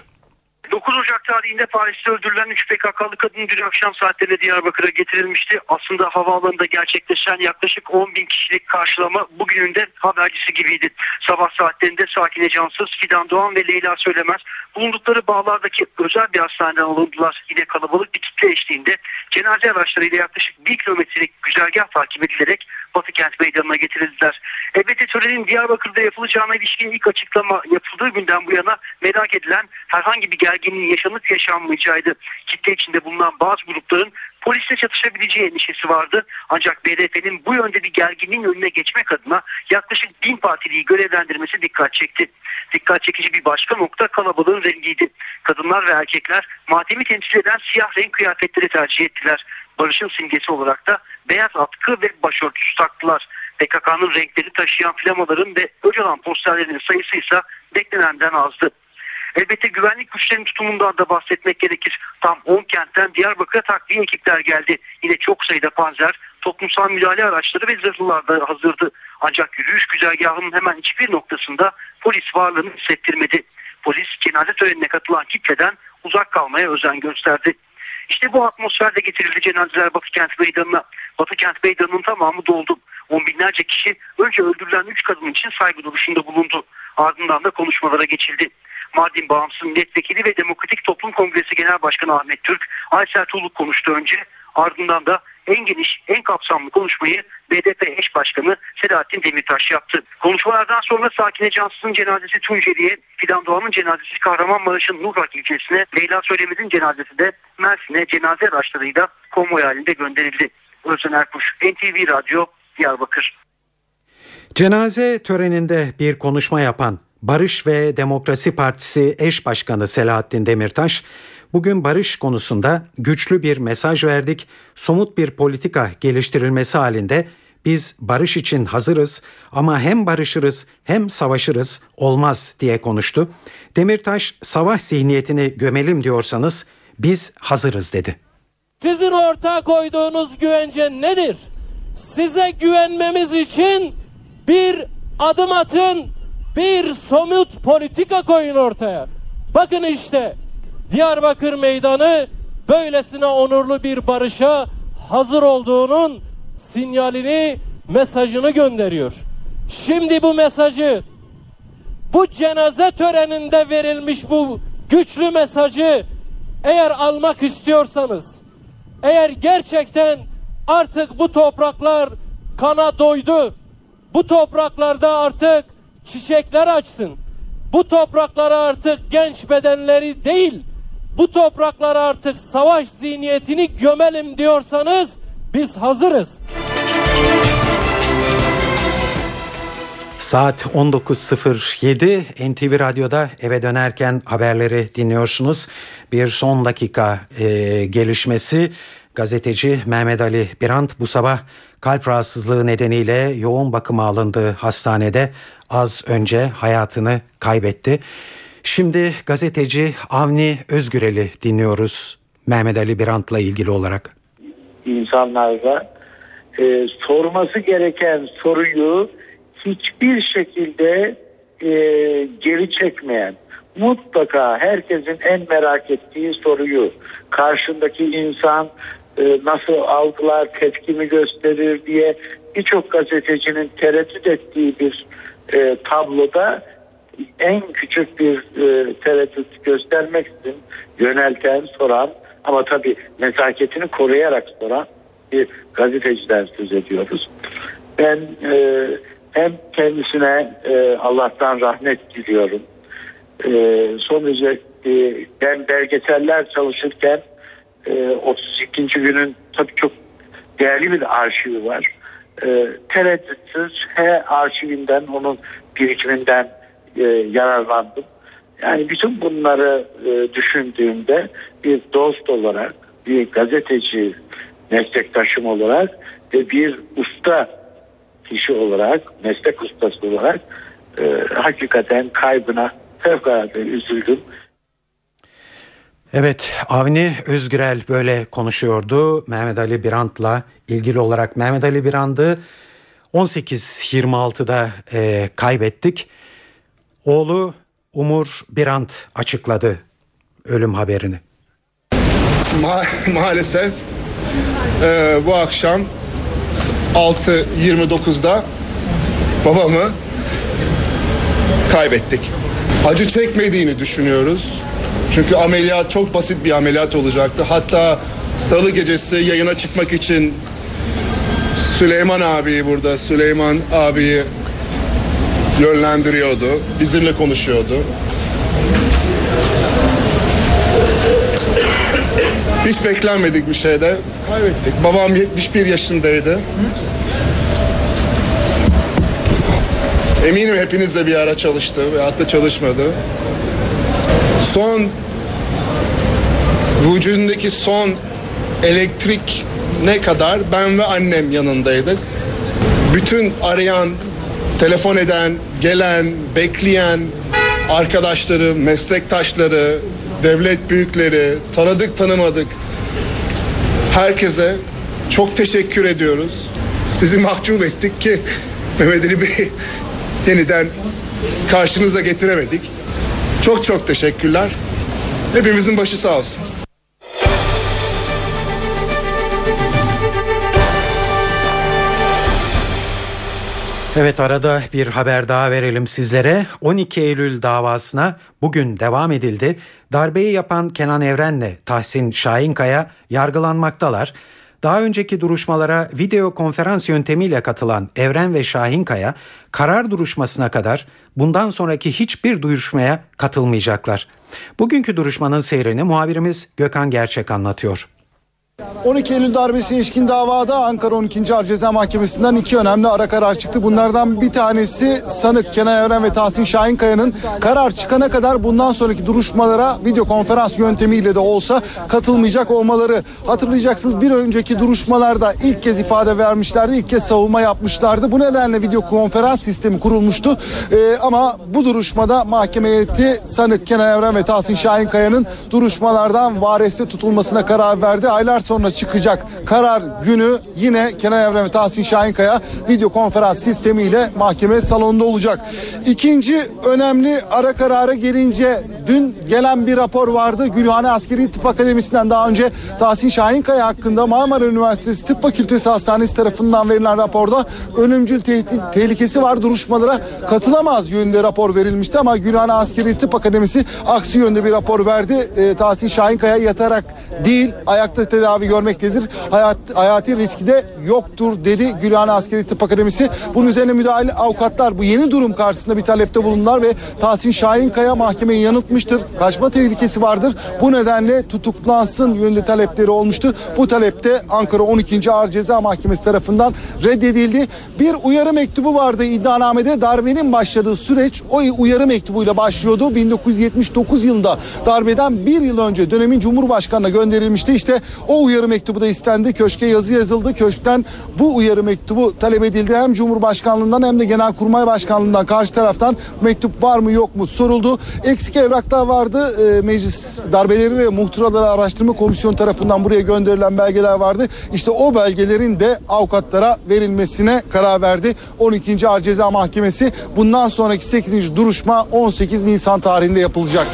9 Ocak tarihinde Paris'te öldürülen 3 PKK'lı kadın dün akşam saatlerinde Diyarbakır'a getirilmişti. Aslında havaalanında gerçekleşen yaklaşık 10.000 kişilik karşılama bugünün de habercisi gibiydi. Sabah saatlerinde Sakine Cansız, Fidan Doğan ve Leyla Söylemez bulundukları bağlardaki özel bir hastaneden alındılar. Yine kalabalık bir kitle eşliğinde cenaze araçlarıyla yaklaşık 1 kilometrelik güzergah takip edilerek Batı Kent Meydanı'na getirildiler. Elbette törenin Diyarbakır'da yapılacağına ilişkin ilk açıklama yapıldığı günden bu yana merak edilen herhangi bir gerginliğin yaşanıp yaşanmayacağıydı. Kitle içinde bulunan bazı grupların polisle çatışabileceği endişesi vardı. Ancak BDP'nin bu yönde bir gerginliğin önüne geçmek adına yaklaşık 1000 partiliyi görevlendirmesi dikkat çekti. Dikkat çekici bir başka nokta kalabalığın rengiydi. Kadınlar ve erkekler matemi temsil eden siyah renk kıyafetleri tercih ettiler. Barışın simgesi olarak da beyaz atkı ve başörtüsü taktılar. PKK'nın renkleri taşıyan flamaların ve Öcalan posterlerinin sayısı ise beklenenden azdı. Elbette güvenlik güçlerinin tutumundan da bahsetmek gerekir. Tam 10 kentten Diyarbakır'a takviye ekipler geldi. Yine çok sayıda panzer, toplumsal müdahale araçları ve zırhlılar da hazırdı. Ancak yürüyüş güzergahının hemen hiçbir noktasında polis varlığını hissettirmedi. Polis cenaze törenine katılan kitleden uzak kalmaya özen gösterdi. İşte bu atmosferde getirildi cenazeler Batı Kent Meydanı'na. Batı Kent Meydanı'nın tamamı doldu. 10 binlerce kişi önce öldürülen 3 kadın için saygı duruşunda bulundu. Ardından da konuşmalara geçildi. Mardin Bağımsız Milletvekili ve Demokratik Toplum Kongresi Genel Başkanı Ahmet Türk, Aysel Tuğluk konuştu önce. Ardından da en geniş, en kapsamlı konuşmayı BDP eş başkanı Selahattin Demirtaş yaptı. Konuşmalardan sonra Sakine Cansız'ın cenazesi Tunceli'ye, Fidan Doğan'ın cenazesi Kahramanmaraş'ın Nuhrak ilçesine, Leyla Söylemez'in cenazesi de Mersin'e cenaze araçlarıyla konvoy halinde gönderildi. Özden Erkuş, NTV Radyo, Diyarbakır. Cenaze töreninde bir konuşma yapan Barış ve Demokrasi Partisi eş başkanı Selahattin Demirtaş, bugün barış konusunda güçlü bir mesaj verdik, somut bir politika geliştirilmesi halinde biz barış için hazırız ama hem barışırız hem savaşırız olmaz diye konuştu. Demirtaş, savaş zihniyetini gömelim diyorsanız biz hazırız dedi. Sizin ortaya koyduğunuz güvence nedir? Size güvenmemiz için bir adım atın, bir somut politika koyun ortaya. Bakın işte Diyarbakır Meydanı böylesine onurlu bir barışa hazır olduğunun sinyalini, mesajını gönderiyor. Şimdi bu mesajı, bu cenaze töreninde verilmiş bu güçlü mesajı eğer almak istiyorsanız, eğer gerçekten artık bu topraklar kana doydu, bu topraklarda artık çiçekler açsın, bu topraklara artık genç bedenleri değil, bu topraklara artık savaş zihniyetini gömelim diyorsanız biz hazırız. Saat 19.07 NTV Radyo'da eve dönerken haberleri dinliyorsunuz. Bir son dakika gelişmesi. Gazeteci Mehmet Ali Birant bu sabah kalp rahatsızlığı nedeniyle yoğun bakıma alındığı hastanede az önce hayatını kaybetti. Şimdi gazeteci Avni Özgürel'i dinliyoruz Mehmet Ali Birant'la ilgili olarak. İnsanlarda sorması gereken soruyu hiçbir şekilde geri çekmeyen, mutlaka herkesin en merak ettiği soruyu karşındaki insan nasıl algılar, tepki mi gösterir diye birçok gazetecinin tereddüt ettiği bir tabloda en küçük bir tereddüt göstermeksizin yönelten, soran ama tabii nezaketini koruyarak soran bir gazeteciden söz ediyoruz. Ben hem kendisine Allah'tan rahmet diliyorum. Sonuçta ben belgeseller çalışırken 32. günün tabii çok değerli bir arşivi var. Tereddütsüz arşivinden, onun birikiminden yararlandım. Yani bütün bunları düşündüğümde bir dost olarak, bir gazeteci meslektaşım olarak ve bir usta kişi olarak, meslek ustası olarak hakikaten kaybına fevkalade üzüldüm. Evet, Avni Özgürel böyle konuşuyordu Mehmet Ali Birand'la ilgili olarak. Mehmet Ali Birand'ı 18.26'da kaybettik. Oğlu Umur Birand açıkladı ölüm haberini. Maalesef bu akşam 6.29'da babamı kaybettik. Acı çekmediğini düşünüyoruz. Çünkü ameliyat çok basit bir ameliyat olacaktı. Hatta salı gecesi yayına çıkmak için Süleyman abiyi yönlendiriyordu. Bizimle konuşuyordu. Hiç beklenmedik bir şeyde kaybettik. Babam 71 yaşındaydı. Eminim hepiniz de bir ara çalıştı veyahut da çalışmadı. Vücudundaki son elektrik ne kadar ben ve annem yanındaydık. Bütün arayan, telefon eden, gelen, bekleyen arkadaşları, meslektaşları, devlet büyükleri, tanıdık tanımadık herkese çok teşekkür ediyoruz. Sizi mahcup ettik ki Mehmet Ali Bey'i yeniden karşınıza getiremedik. Çok çok teşekkürler. Hepimizin başı sağ olsun. Evet, arada bir haber daha verelim sizlere. 12 Eylül davasına bugün devam edildi. Darbeyi yapan Kenan Evren'le Tahsin Şahinkaya yargılanmaktalar. Daha önceki duruşmalara video konferans yöntemiyle katılan Evren ve Şahinkaya karar duruşmasına kadar bundan sonraki hiçbir duruşmaya katılmayacaklar. Bugünkü duruşmanın seyrini muhabirimiz Gökhan Gerçek anlatıyor. 12 Eylül darbesine ilişkin davada Ankara 12. Ağır Ceza Mahkemesi'nden iki önemli ara karar çıktı. Bunlardan bir tanesi sanık Kenan Evren ve Tahsin Şahinkaya'nın karar çıkana kadar bundan sonraki duruşmalara video konferans yöntemiyle de olsa katılmayacak olmaları. Hatırlayacaksınız, bir önceki duruşmalarda ilk kez ifade vermişlerdi, ilk kez savunma yapmışlardı. Bu nedenle video konferans sistemi kurulmuştu. Ama bu duruşmada mahkeme heyeti sanık Kenan Evren ve Tahsin Şahinkaya'nın duruşmalardan varese tutulmasına karar verdi. Aylar sonra çıkacak karar günü yine Kenan Evren ve Tahsin Şahinkaya video konferans sistemiyle mahkeme salonunda olacak. İkinci önemli ara karara gelince, dün gelen bir rapor vardı. Gülhane Askeri Tıp Akademisi'nden daha önce Tahsin Şahinkaya hakkında Marmara Üniversitesi Tıp Fakültesi Hastanesi tarafından verilen raporda ölümcül tehlikesi var, duruşmalara katılamaz yönünde rapor verilmişti ama Gülhane Askeri Tıp Akademisi aksi yönde bir rapor verdi. Tahsin Şahinkaya yatarak değil, ayakta tedavi görmektedir. Hayati riski de yoktur dedi Gülhane Askeri Tıp Akademisi. Bunun üzerine müdahale avukatlar bu yeni durum karşısında bir talepte bulundular ve Tahsin Şahinkaya mahkemeyi yanıltmıştır. Kaçma tehlikesi vardır. Bu nedenle tutuklansın yönünde talepleri olmuştu. Bu talepte Ankara 12. Ağır Ceza Mahkemesi tarafından reddedildi. Bir uyarı mektubu vardı iddianamede. Darbenin başladığı süreç o uyarı mektubuyla başlıyordu. 1979 yılında darbeden bir yıl önce dönemin Cumhurbaşkanı'na gönderilmişti. İşte o uyarı mektubu da istendi. Köşke yazı yazıldı. Köşkten bu uyarı mektubu talep edildi. Hem Cumhurbaşkanlığından hem de Genelkurmay Başkanlığından karşı taraftan mektup var mı yok mu soruldu. Eksik evraklar vardı. Meclis Darbeleri ve Muhtıraları Araştırma Komisyonu tarafından buraya gönderilen belgeler vardı. İşte o belgelerin de avukatlara verilmesine karar verdi 12. Ağır Ceza Mahkemesi. Bundan sonraki 8. duruşma 18 Nisan tarihinde yapılacak.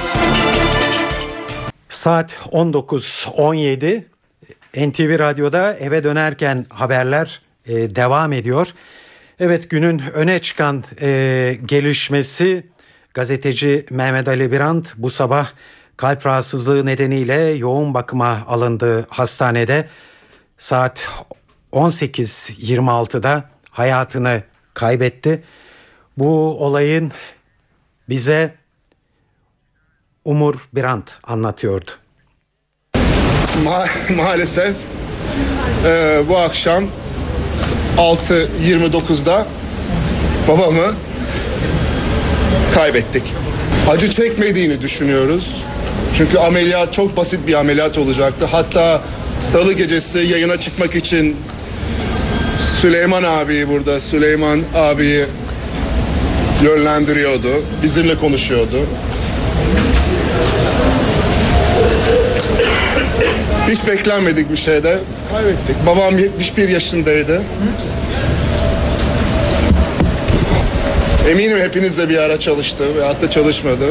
Saat 19.17. NTV Radyo'da eve dönerken haberler devam ediyor. Evet, günün öne çıkan gelişmesi, gazeteci Mehmet Ali Birand bu sabah kalp rahatsızlığı nedeniyle yoğun bakıma alındı hastanede. Saat 18.26'da hayatını kaybetti. Bu olayın bize Umur Birand anlatıyordu. Maalesef bu akşam 6.29'da babamı kaybettik. Acı çekmediğini düşünüyoruz. Çünkü ameliyat çok basit bir ameliyat olacaktı. Hatta salı gecesi yayına çıkmak için Süleyman abiyi yönlendiriyordu, bizimle konuşuyordu. Hiç beklenmedik bir şeyde kaybettik. Babam 71 yaşındaydı. Eminim hepiniz de bir ara çalıştı veyahut da çalışmadı.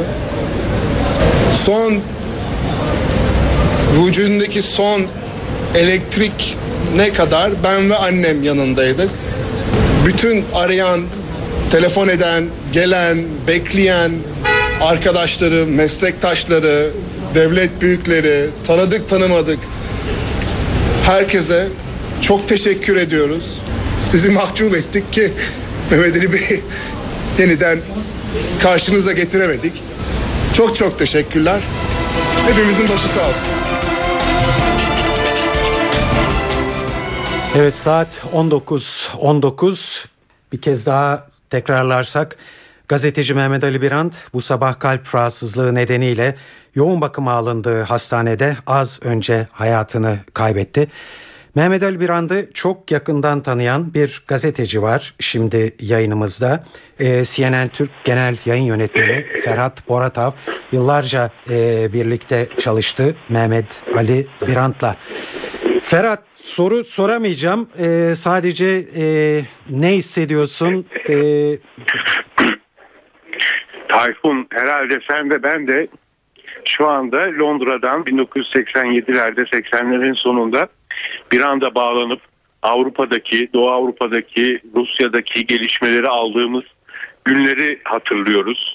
Vücudundaki son elektrik ne kadar ben ve annem yanındaydık. Bütün arayan, telefon eden, gelen, bekleyen arkadaşları, meslektaşları, devlet büyükleri, tanıdık tanımadık herkese çok teşekkür ediyoruz. Sizi mahcup ettik ki Mehmet Ali Bey'i yeniden karşınıza getiremedik. Çok çok teşekkürler. Hepimizin başı sağ olsun. Evet, saat 19.19. Bir kez daha tekrarlarsak, gazeteci Mehmet Ali Birant bu sabah kalp rahatsızlığı nedeniyle yoğun bakıma alındığı hastanede az önce hayatını kaybetti. Mehmet Ali Birant'ı çok yakından tanıyan bir gazeteci var şimdi yayınımızda. CNN Türk Genel Yayın Yönetmeni Ferhat Boratav yıllarca birlikte çalıştı Mehmet Ali Birant'la. Ferhat, soru soramayacağım. Sadece ne hissediyorsun? Tayfun, herhalde sen de ben de şu anda Londra'dan 1987'lerde 80'lerin sonunda bir anda bağlanıp Avrupa'daki, Doğu Avrupa'daki, Rusya'daki gelişmeleri aldığımız günleri hatırlıyoruz.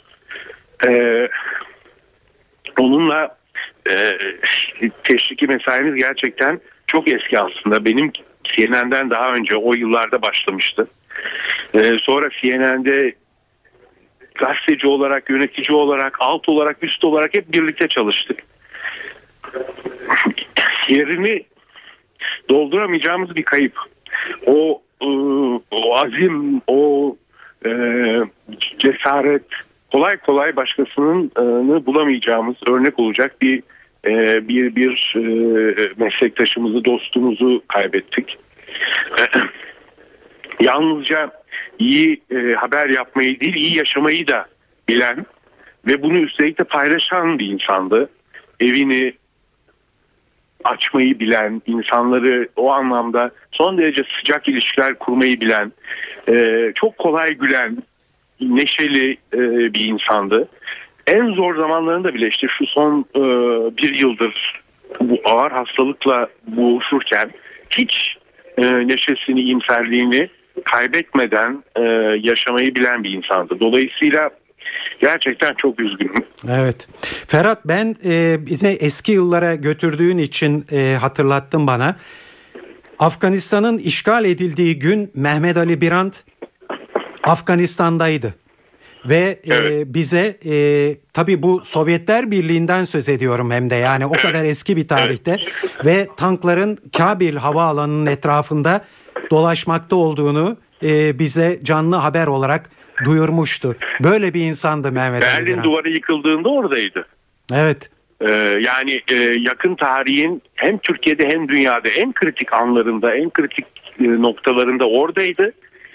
Onunla teşviki mesaimiz gerçekten çok eski aslında. Benim CNN'den daha önce o yıllarda başlamıştı. Sonra CNN'de gazeteci olarak, yönetici olarak, alt olarak, üst olarak hep birlikte çalıştık. Yerini dolduramayacağımız bir kayıp. O azim, o cesaret kolay kolay başkasının bulamayacağımız, örnek olacak bir meslektaşımızı, dostumuzu kaybettik. Yalnızca iyi haber yapmayı değil, iyi yaşamayı da bilen ve bunu üstelik de paylaşan bir insandı. Evini açmayı bilen, insanları o anlamda son derece sıcak ilişkiler kurmayı bilen, çok kolay gülen, neşeli bir insandı. En zor zamanlarında bile işte şu son bir yıldır bu ağır hastalıkla boğuşurken hiç neşesini, iyimserliğini kaybetmeden yaşamayı bilen bir insandı. Dolayısıyla gerçekten çok üzgünüm. Evet. Ferhat, ben bizi eski yıllara götürdüğün için hatırlattın bana. Afganistan'ın işgal edildiği gün Mehmet Ali Birant Afganistan'daydı. Ve evet, bize tabii bu Sovyetler Birliği'nden söz ediyorum hem de, yani o kadar eski bir tarihte, evet, ve tankların Kabil havaalanının etrafında dolaşmakta olduğunu bize canlı haber olarak duyurmuştu. Böyle bir insandı Mehmet Ali Birant. Berlin duvarı yıkıldığında oradaydı. Evet. Yani yakın tarihin hem Türkiye'de hem dünyada en kritik anlarında, en kritik noktalarında oradaydı.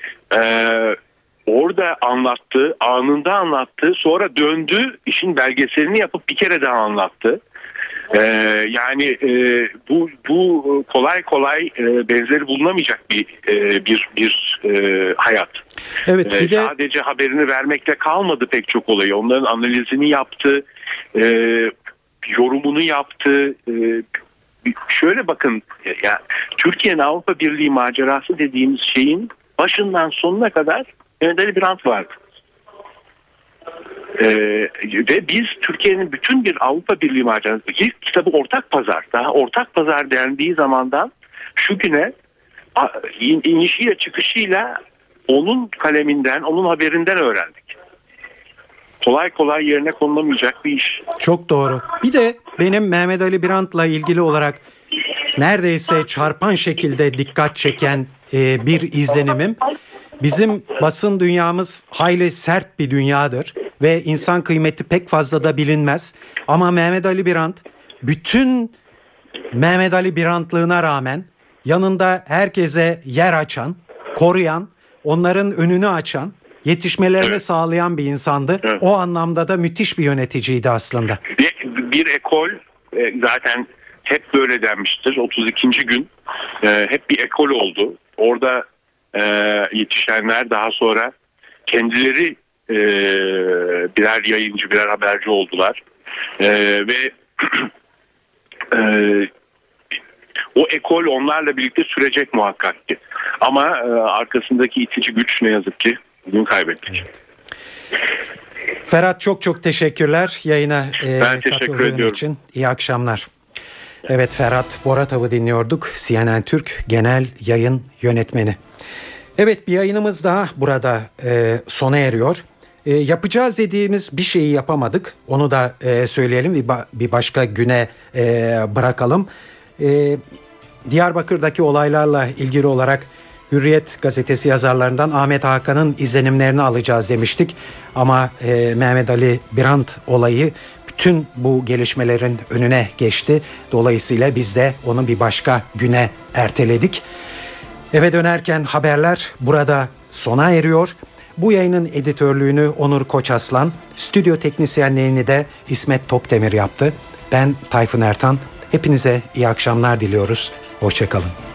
Orada anlattı, anında anlattı, sonra döndü, işin belgeselini yapıp bir kere daha anlattı. Yani bu kolay kolay benzeri bulunamayacak bir hayat. Evet, bir de sadece haberini vermekle kalmadı pek çok olayı. Onların analizini yaptı, yorumunu yaptı. Şöyle bakın, ya Türkiye'nin Avrupa Birliği macerası dediğimiz şeyin başından sonuna kadar Mehmet Ali Birant vardı. Ve biz Türkiye'nin bütün bir Avrupa Birliği macerası, ilk kitabı Ortak Pazar, daha Ortak Pazar dendiği zamandan şu güne inişiyle çıkışıyla onun kaleminden, onun haberinden öğrendik. Kolay kolay yerine konulamayacak bir iş. Çok doğru. Bir de benim Mehmet Ali Birant'la ilgili olarak neredeyse çarpan şekilde dikkat çeken bir izlenimim, bizim basın dünyamız hayli sert bir dünyadır ve insan kıymeti pek fazla da bilinmez. Ama Mehmet Ali Birant, bütün Mehmet Ali Birantlığına rağmen yanında herkese yer açan, koruyan, onların önünü açan Yetişmelerini sağlayan bir insandı. O anlamda da müthiş bir yöneticiydi aslında. Bir ekol zaten hep böyle denmiştir. 32. gün hep bir ekol oldu. Orada yetişenler daha sonra kendileri birer yayıncı, birer haberci oldular. Ve o ekol onlarla birlikte sürecek muhakkak ki. Ama arkasındaki itici güç ne yazık ki bugün kaybettik. Ferhat çok teşekkürler yayına katıldığın için. İyi akşamlar. Evet, Ferhat Boratav'ı dinliyorduk. CNN Türk Genel Yayın Yönetmeni. Evet, bir yayınımız daha burada sona eriyor. Yapacağız dediğimiz bir şeyi yapamadık. Onu da söyleyelim, bir başka güne bırakalım. Diyarbakır'daki olaylarla ilgili olarak Hürriyet gazetesi yazarlarından Ahmet Hakan'ın izlenimlerini alacağız demiştik. Ama Mehmet Ali Birant olayı bütün bu gelişmelerin önüne geçti. Dolayısıyla biz de onu bir başka güne erteledik. Eve dönerken haberler burada sona eriyor. Bu yayının editörlüğünü Onur Koçaslan, stüdyo teknisyenliğini de İsmet Topdemir yaptı. Ben Tayfun Ertan. Hepinize iyi akşamlar diliyoruz. Hoşça kalın.